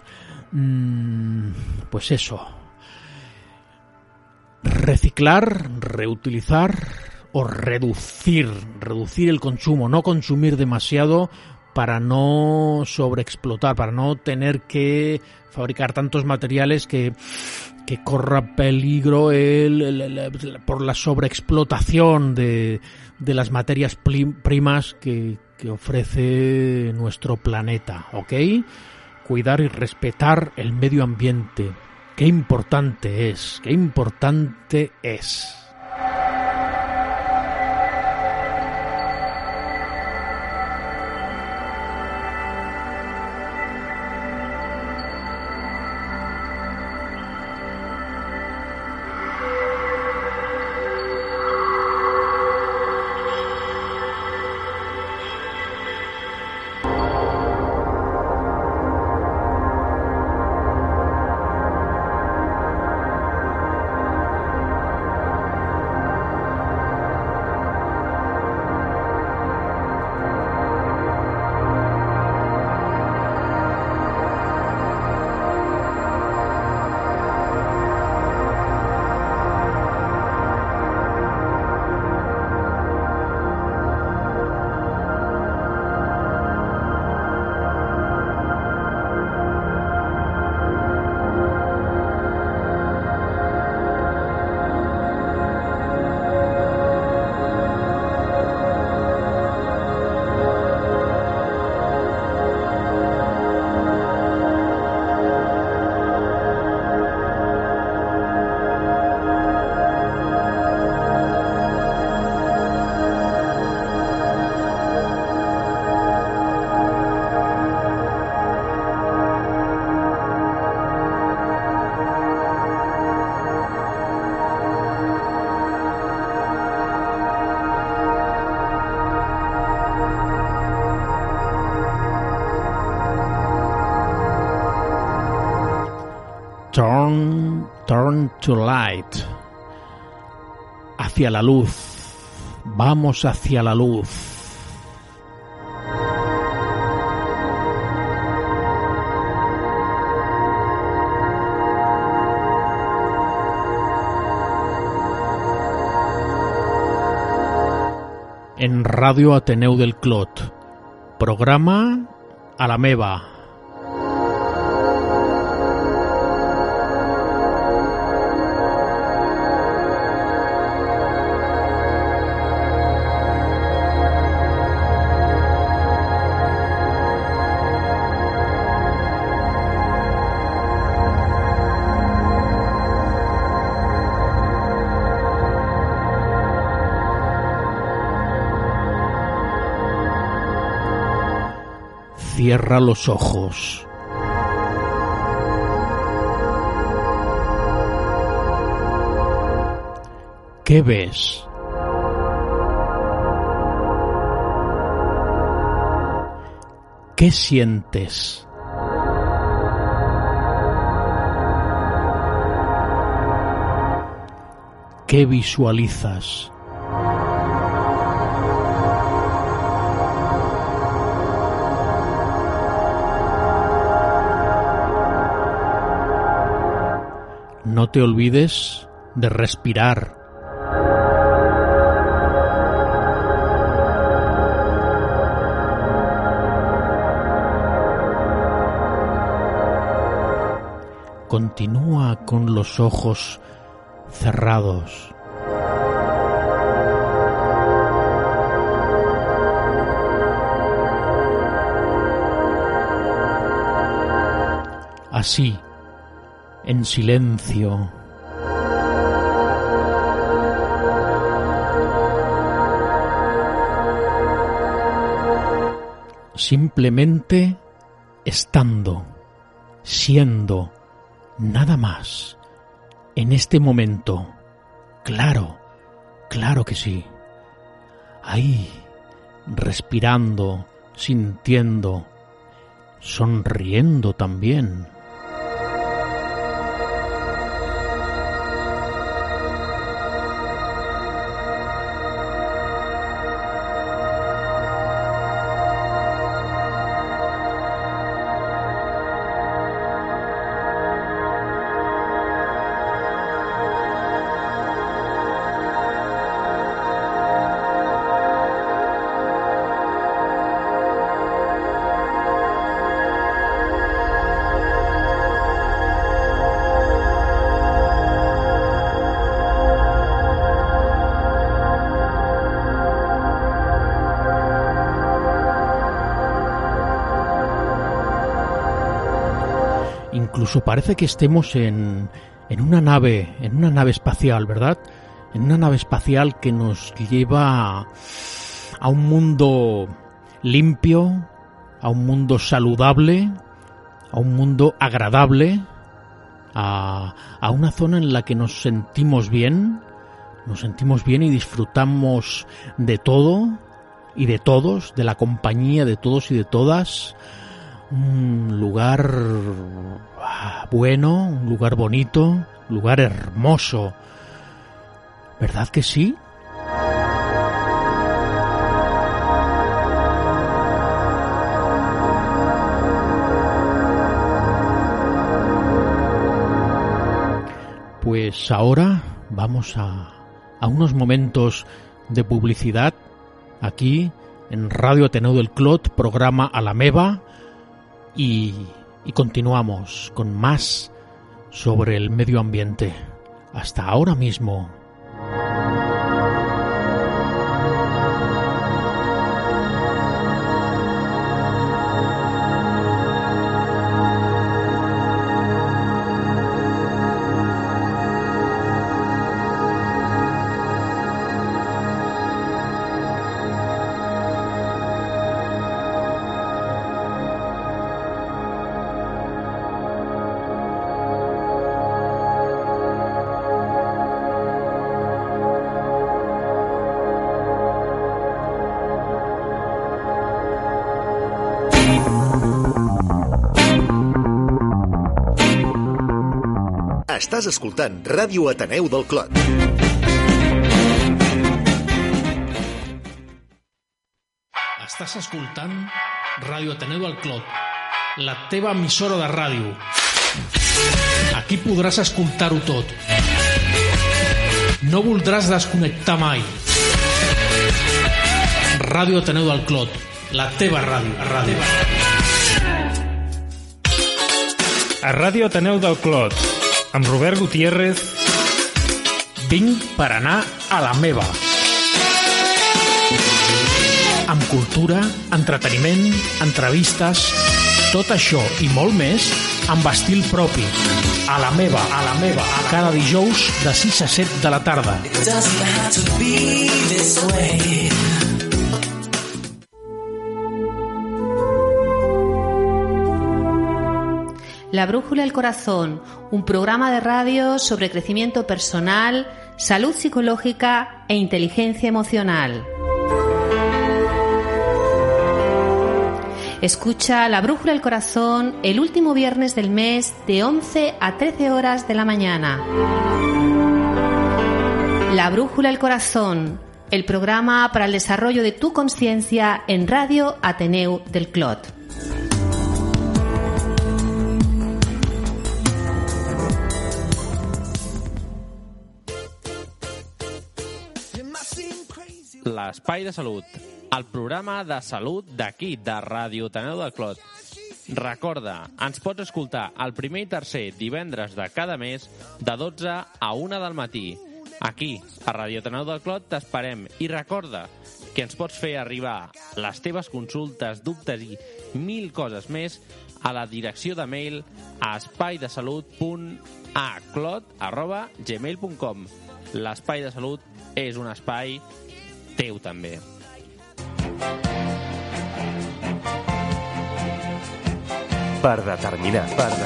Pues eso, reciclar, reutilizar o reducir el consumo, no consumir demasiado para no sobreexplotar, para no tener que fabricar tantos materiales que corra peligro por la sobreexplotación de las materias primas que ofrece nuestro planeta, ¿ok? Cuidar y respetar el medio ambiente. Qué importante es. Turn to light. Hacia la luz. Vamos hacia la luz. En Radio Ateneu del Clot. Programa a la meva. Cierra los ojos. ¿Qué ves? ¿Qué sientes? ¿Qué visualizas? No te olvides de respirar. Continúa con los ojos cerrados. Así, en silencio. Simplemente estando, siendo, nada más, en este momento. Claro, claro que sí. Ahí, respirando, sintiendo, sonriendo también. Incluso parece que estemos en una nave espacial, ¿verdad? En una nave espacial que nos lleva a un mundo limpio, a un mundo saludable, a un mundo agradable, a una zona en la que nos sentimos bien y disfrutamos de todo y de todos, de la compañía de todos y de todas. Un lugar bueno, un lugar bonito, un lugar hermoso. ¿Verdad que sí? Pues ahora vamos a unos momentos de publicidad aquí en Radio Ateneu del Clot, programa a la meva. Y continuamos con más sobre el medio ambiente. Hasta ahora mismo. Estàs escoltant Ràdio Ateneu del Clot. Estàs escoltant Ràdio Ateneu del Clot, la teva emissora de ràdio. Aquí podràs escoltar-ho tot. No voldràs desconnectar mai. Ràdio Ateneu del Clot, la teva ràdio. A Ràdio Ateneu del Clot, amb Robert Gutiérrez, vinc per anar a la meva. Amb cultura, entreteniment, entrevistes, tot això i molt més amb estil propi. A la meva, a cada dijous de 6 a 7 de la tarda. La Brújula del Corazón, un programa de radio sobre crecimiento personal, salud psicológica e inteligencia emocional. Escucha La Brújula del Corazón el último viernes del mes de 11 a 13 horas de la mañana. La Brújula del Corazón, el programa para el desarrollo de tu conciencia en Radio Ateneu del Clot. L'Espai de Salut, el programa de salut d'aquí, de Ràdio Ateneu del Clot. Recorda, ens pots escoltar el primer i tercer divendres de cada mes de 12 a 1 del matí. Aquí, a Ràdio Ateneu del Clot, t'esperem. I recorda que ens pots fer arribar les teves consultes, dubtes i 1000 coses més a la direcció de mail a espaidesalut.aclot@gmail.com. L'Espai de Salut és un espai teu també. Per determinar.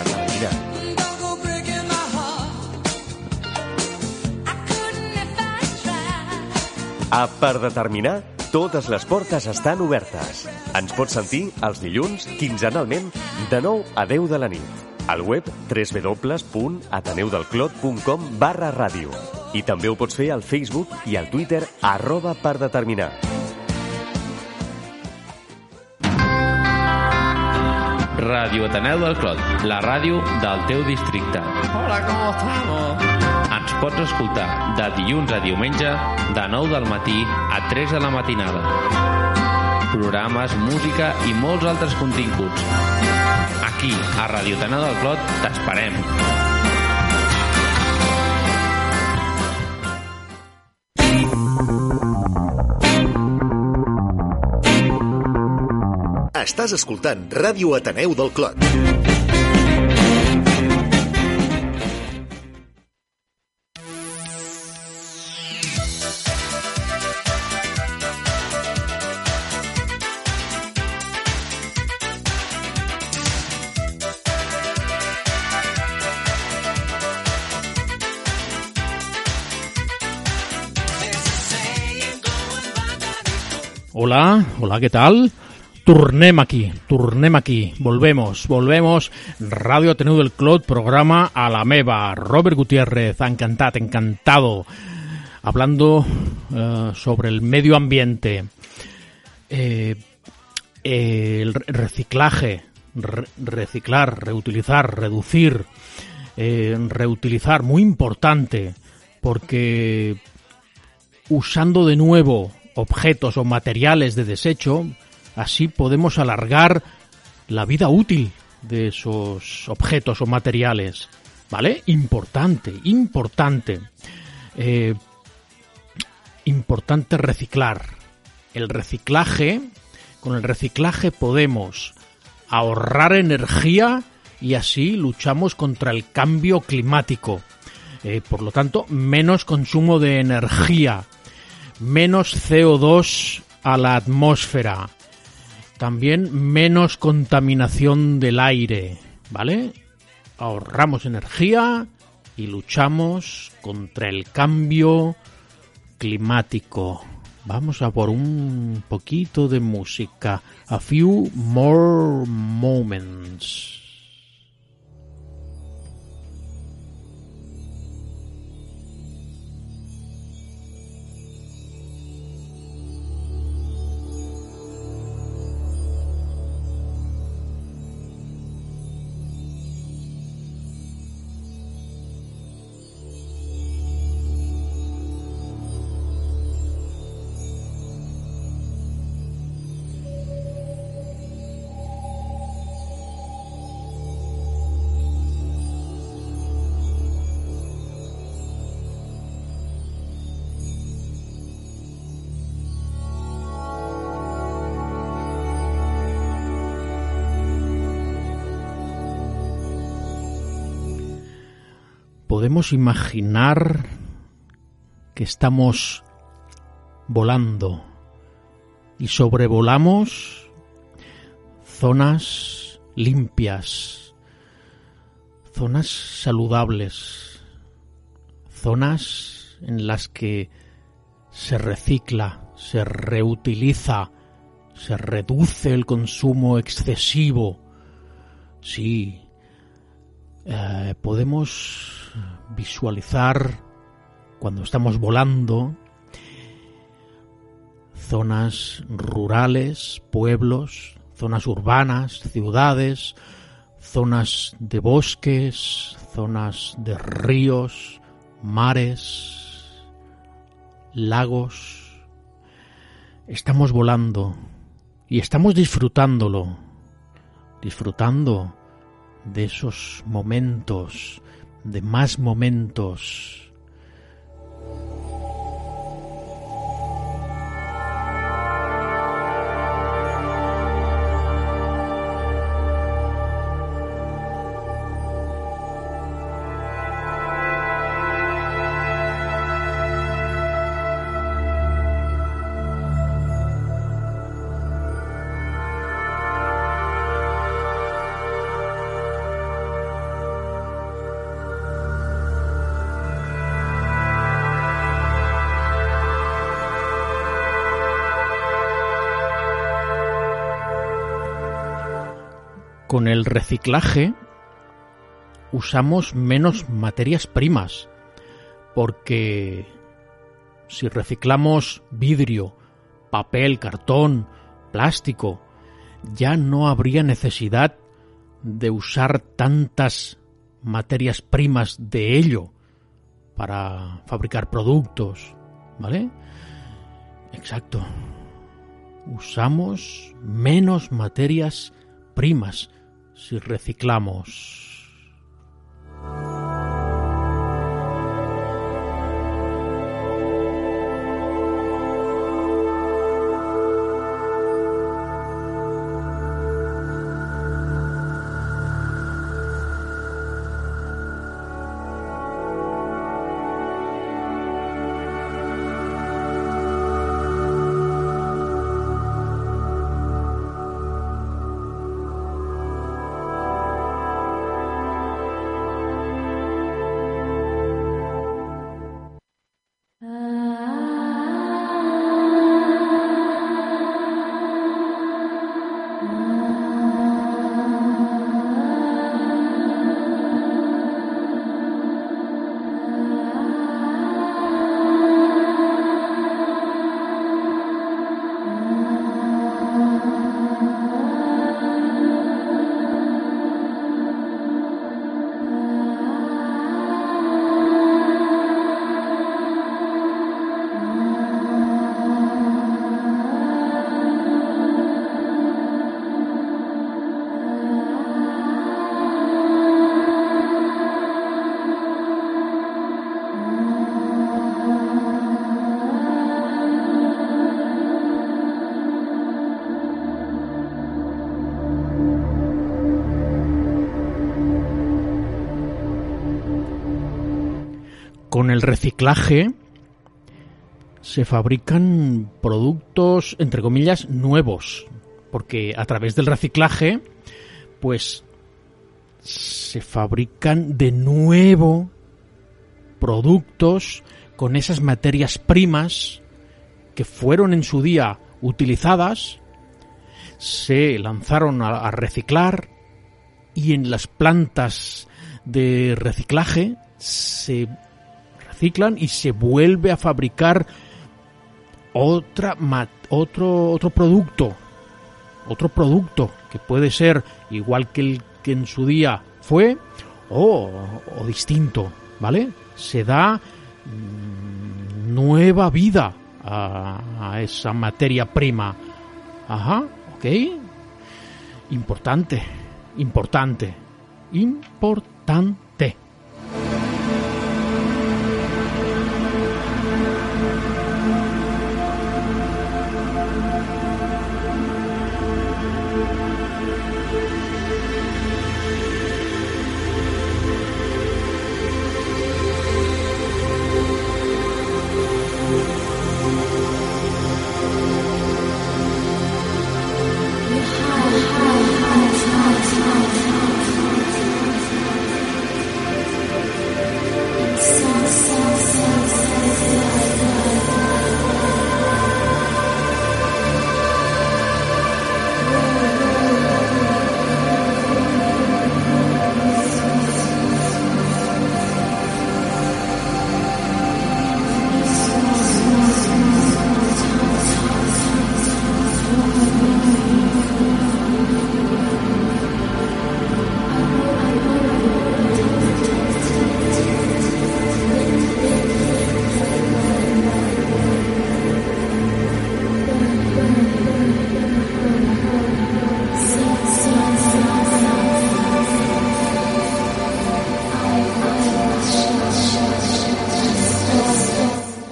A Per determinar, totes les portes estan obertes. Ens pots sentir els dilluns, quinzenalment, de 9 a 10 de la nit. Al web www.ateneudelclot.com/ràdio. I també ho pots fer al Facebook i al Twitter @perdeterminar. Ràdio Ateneu del Clot, la ràdio del teu districte. Hola, com estamos? Ens pots escoltar de dilluns a diumenge de 9 del matí a 3 de la matinada. Programes, música i molts altres continguts. Aquí, a Ràdio Ateneu del Clot, t'esperem. Estàs escoltant Ràdio Ateneu del Clot. Hola, ¿qué tal? Tornem aquí, volvemos, Radio Ateneu del Clot, programa a la meva, Robert Gutiérrez, encantado, hablando sobre el medio ambiente, el reciclaje, reciclar, reutilizar, reducir, reutilizar, muy importante, porque usando de nuevo objetos o materiales de desecho, así podemos alargar la vida útil de esos objetos o materiales, ¿vale? Importante. Importante reciclar. Con el reciclaje podemos ahorrar energía y así luchamos contra el cambio climático. Por lo tanto, menos consumo de energía, menos CO2 a la atmósfera. También menos contaminación del aire, ¿vale? Ahorramos energía y luchamos contra el cambio climático. Vamos a por un poquito de música. A few more moments. podemos imaginar que estamos volando y sobrevolamos zonas limpias, zonas saludables, zonas en las que se recicla, se reutiliza, se reduce el consumo excesivo. Sí, podemos visualizar cuando estamos volando zonas rurales, pueblos, zonas urbanas, ciudades, zonas de bosques, zonas de ríos, mares, lagos. Estamos volando y estamos disfrutándolo, disfrutando de esos momentos, de más momentos. Con el reciclaje usamos menos materias primas, porque si reciclamos vidrio, papel, cartón, plástico, ya no habría necesidad de usar tantas materias primas de ello para fabricar productos, ¿vale? Exacto. Usamos menos materias primas si reciclamos. Con el reciclaje se fabrican productos, entre comillas, nuevos, porque a través del reciclaje, pues, se fabrican de nuevo productos con esas materias primas que fueron en su día utilizadas, se lanzaron a reciclar y en las plantas de reciclaje se reciclan y se vuelve a fabricar otro producto que puede ser igual que el que en su día fue o distinto, ¿vale? Se da nueva vida a esa materia prima. Ajá, ok. Importante.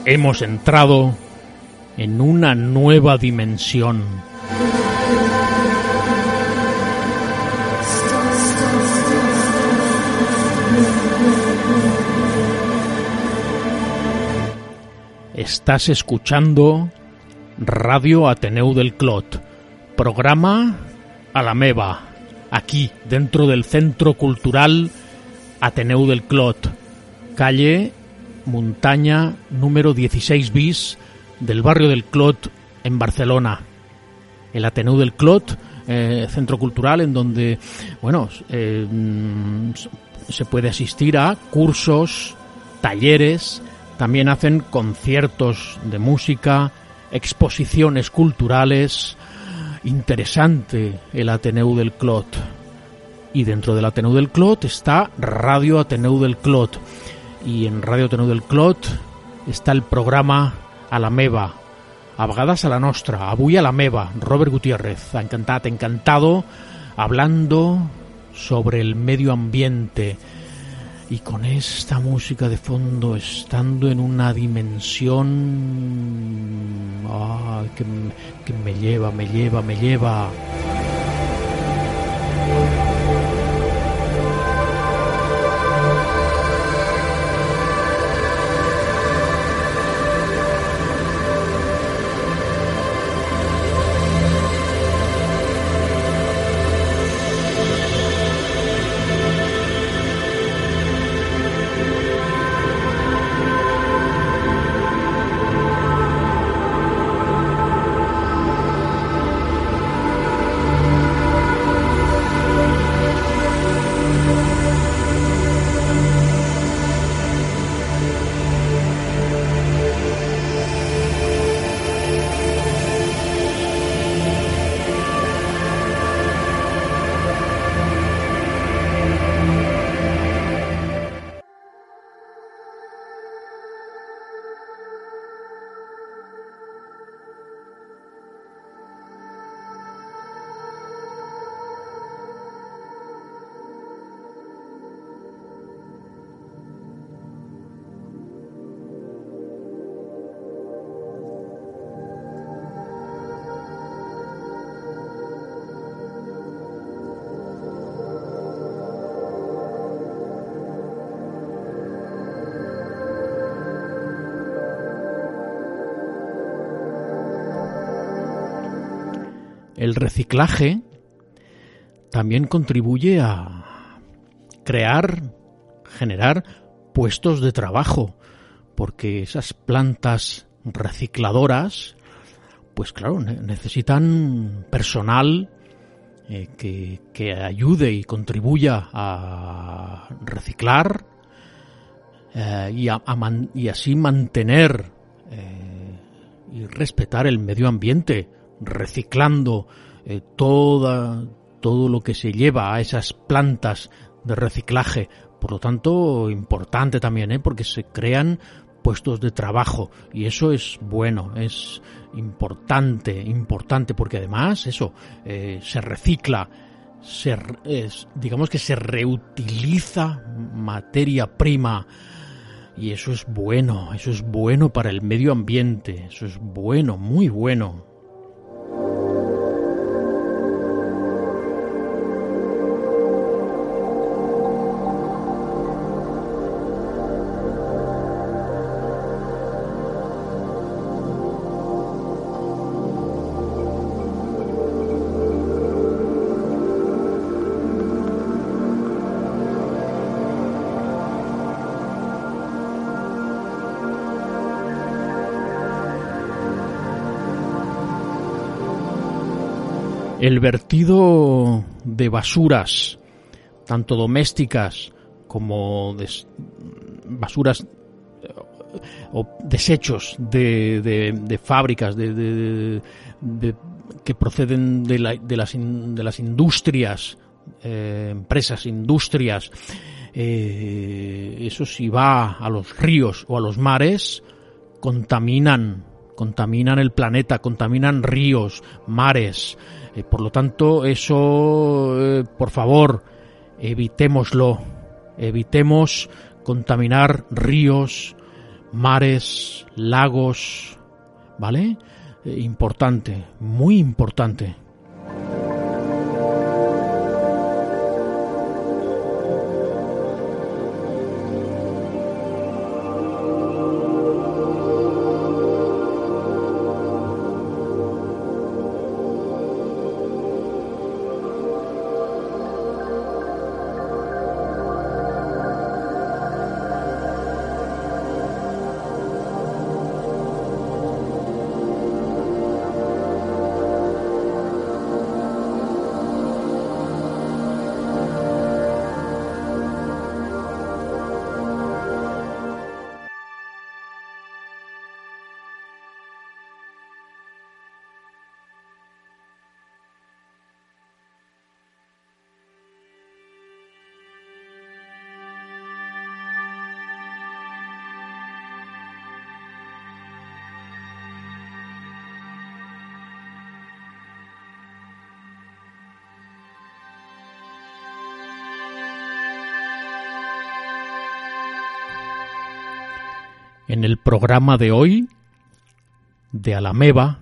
hemos entrado en una nueva dimensión. Estás escuchando Radio Ateneu del Clot, programa a la meva, aquí dentro del Centro Cultural Ateneu del Clot, calle Montaña número 16 bis del barrio del Clot en Barcelona. El Ateneu del Clot, centro cultural en donde, bueno, se puede asistir a cursos, talleres. También hacen conciertos de música, exposiciones culturales. Interesante el Ateneu del Clot. Y dentro del Ateneu del Clot está Radio Ateneu del Clot. Y en Radio Ateneu del Clot està el programa A la meva, a vegades a la nostra, avui a la meva, Robert Gutiérrez, encantado, hablando sobre el medio ambiente. Y con esta música de fondo, estando en una dimensión que me lleva. El reciclaje también contribuye a generar puestos de trabajo, porque esas plantas recicladoras, pues claro, necesitan personal que ayude y contribuya a reciclar y así mantener y respetar el medio ambiente, reciclando todo lo que se lleva a esas plantas de reciclaje. Por lo tanto, importante también, porque se crean puestos de trabajo y eso es bueno, es importante, porque además eso se recicla, digamos que se reutiliza materia prima y eso es bueno para el medio ambiente, eso es bueno, muy bueno. El vertido de basuras, tanto domésticas como basuras o desechos de fábricas que proceden de las industrias, empresas, industrias, eso si va a los ríos o a los mares, contaminan el planeta, contaminan ríos, mares. Por lo tanto, eso, por favor, evitémoslo. Evitemos contaminar ríos, mares, lagos, ¿vale? Importante, muy importante. En el programa de hoy, de A la Meva,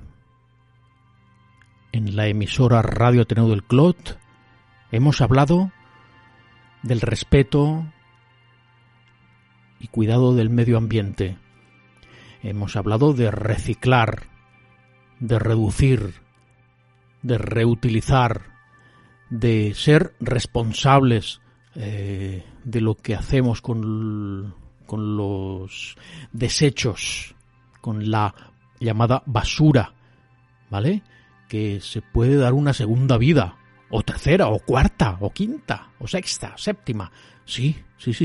en la emisora Radio Ateneu del Clot, hemos hablado del respeto y cuidado del medio ambiente. Hemos hablado de reciclar, de reducir, de reutilizar, de ser responsables de lo que hacemos con los desechos, con la llamada basura, ¿vale? Que se puede dar una segunda vida, o tercera, o cuarta, o quinta, o sexta, séptima. Sí.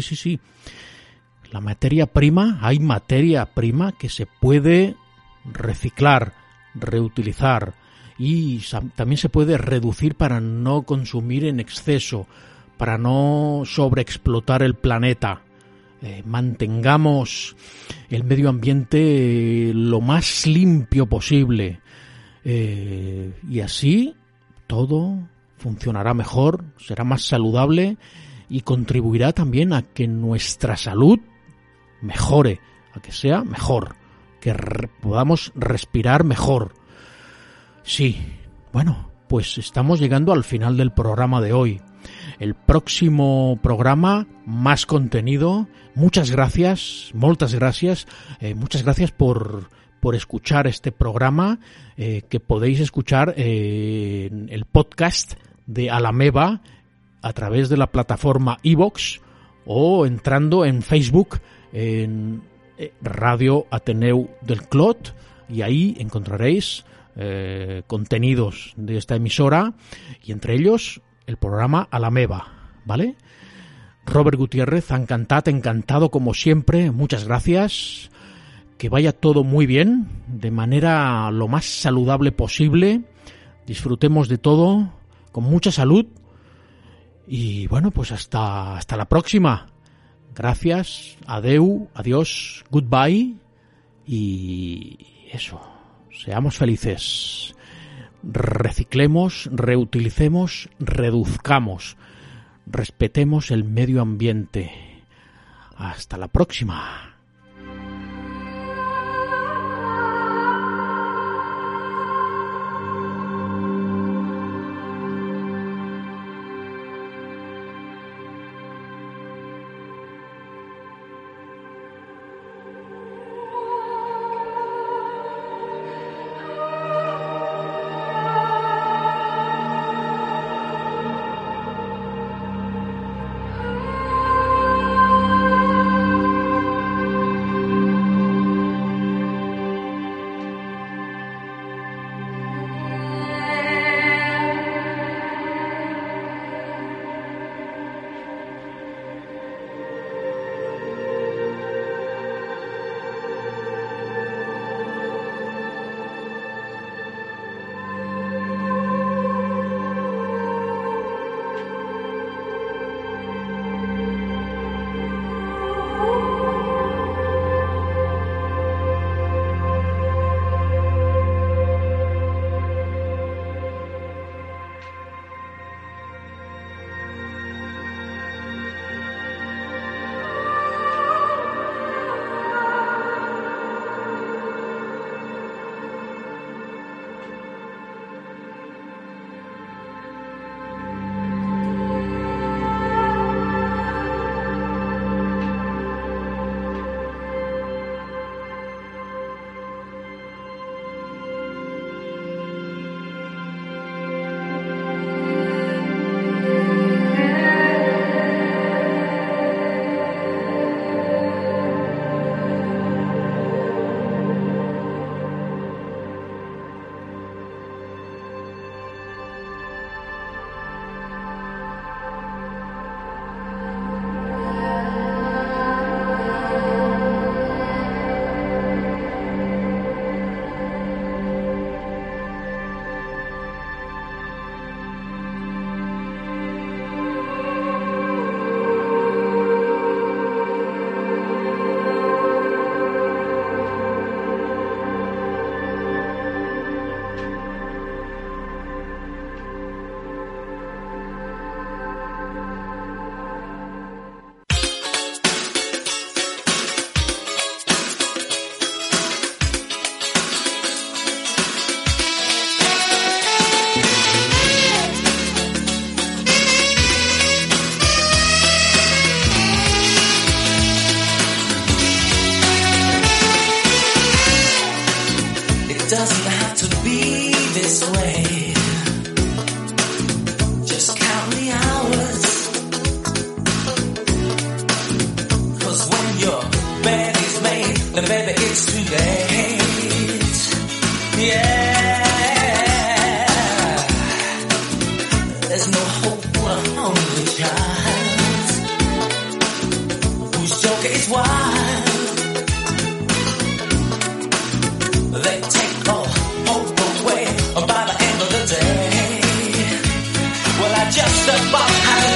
La materia prima, hay materia prima que se puede reciclar, reutilizar, y también se puede reducir para no consumir en exceso, para no sobreexplotar el planeta. Mantengamos el medio ambiente lo más limpio posible, y así todo funcionará mejor, será más saludable y contribuirá también a que nuestra salud mejore, a que sea mejor, que podamos respirar mejor. Sí, bueno, pues estamos llegando al final del programa de hoy. El próximo programa, más contenido. Muchas gracias, muchas gracias por escuchar este programa, que podéis escuchar en el podcast de A la Meva a través de la plataforma iVoox o entrando en Facebook en Radio Ateneu del Clot, y ahí encontraréis contenidos de esta emisora, y entre ellos el programa A la Meva, ¿vale? Robert Gutiérrez, encantado como siempre, muchas gracias, que vaya todo muy bien, de manera lo más saludable posible, disfrutemos de todo, con mucha salud, y bueno, pues hasta la próxima. Gracias, adeu, adiós, goodbye, y eso, seamos felices. Reciclemos, reutilicemos, reduzcamos, respetemos el medio ambiente. Hasta la próxima. doesn't have to be this way. Just count the hours. 'Cause when your bed is made, then baby it's too late. Yeah. There's no hope for a hungry child whose joke is wild. They take all hope away by the end of the day. Well, I just about had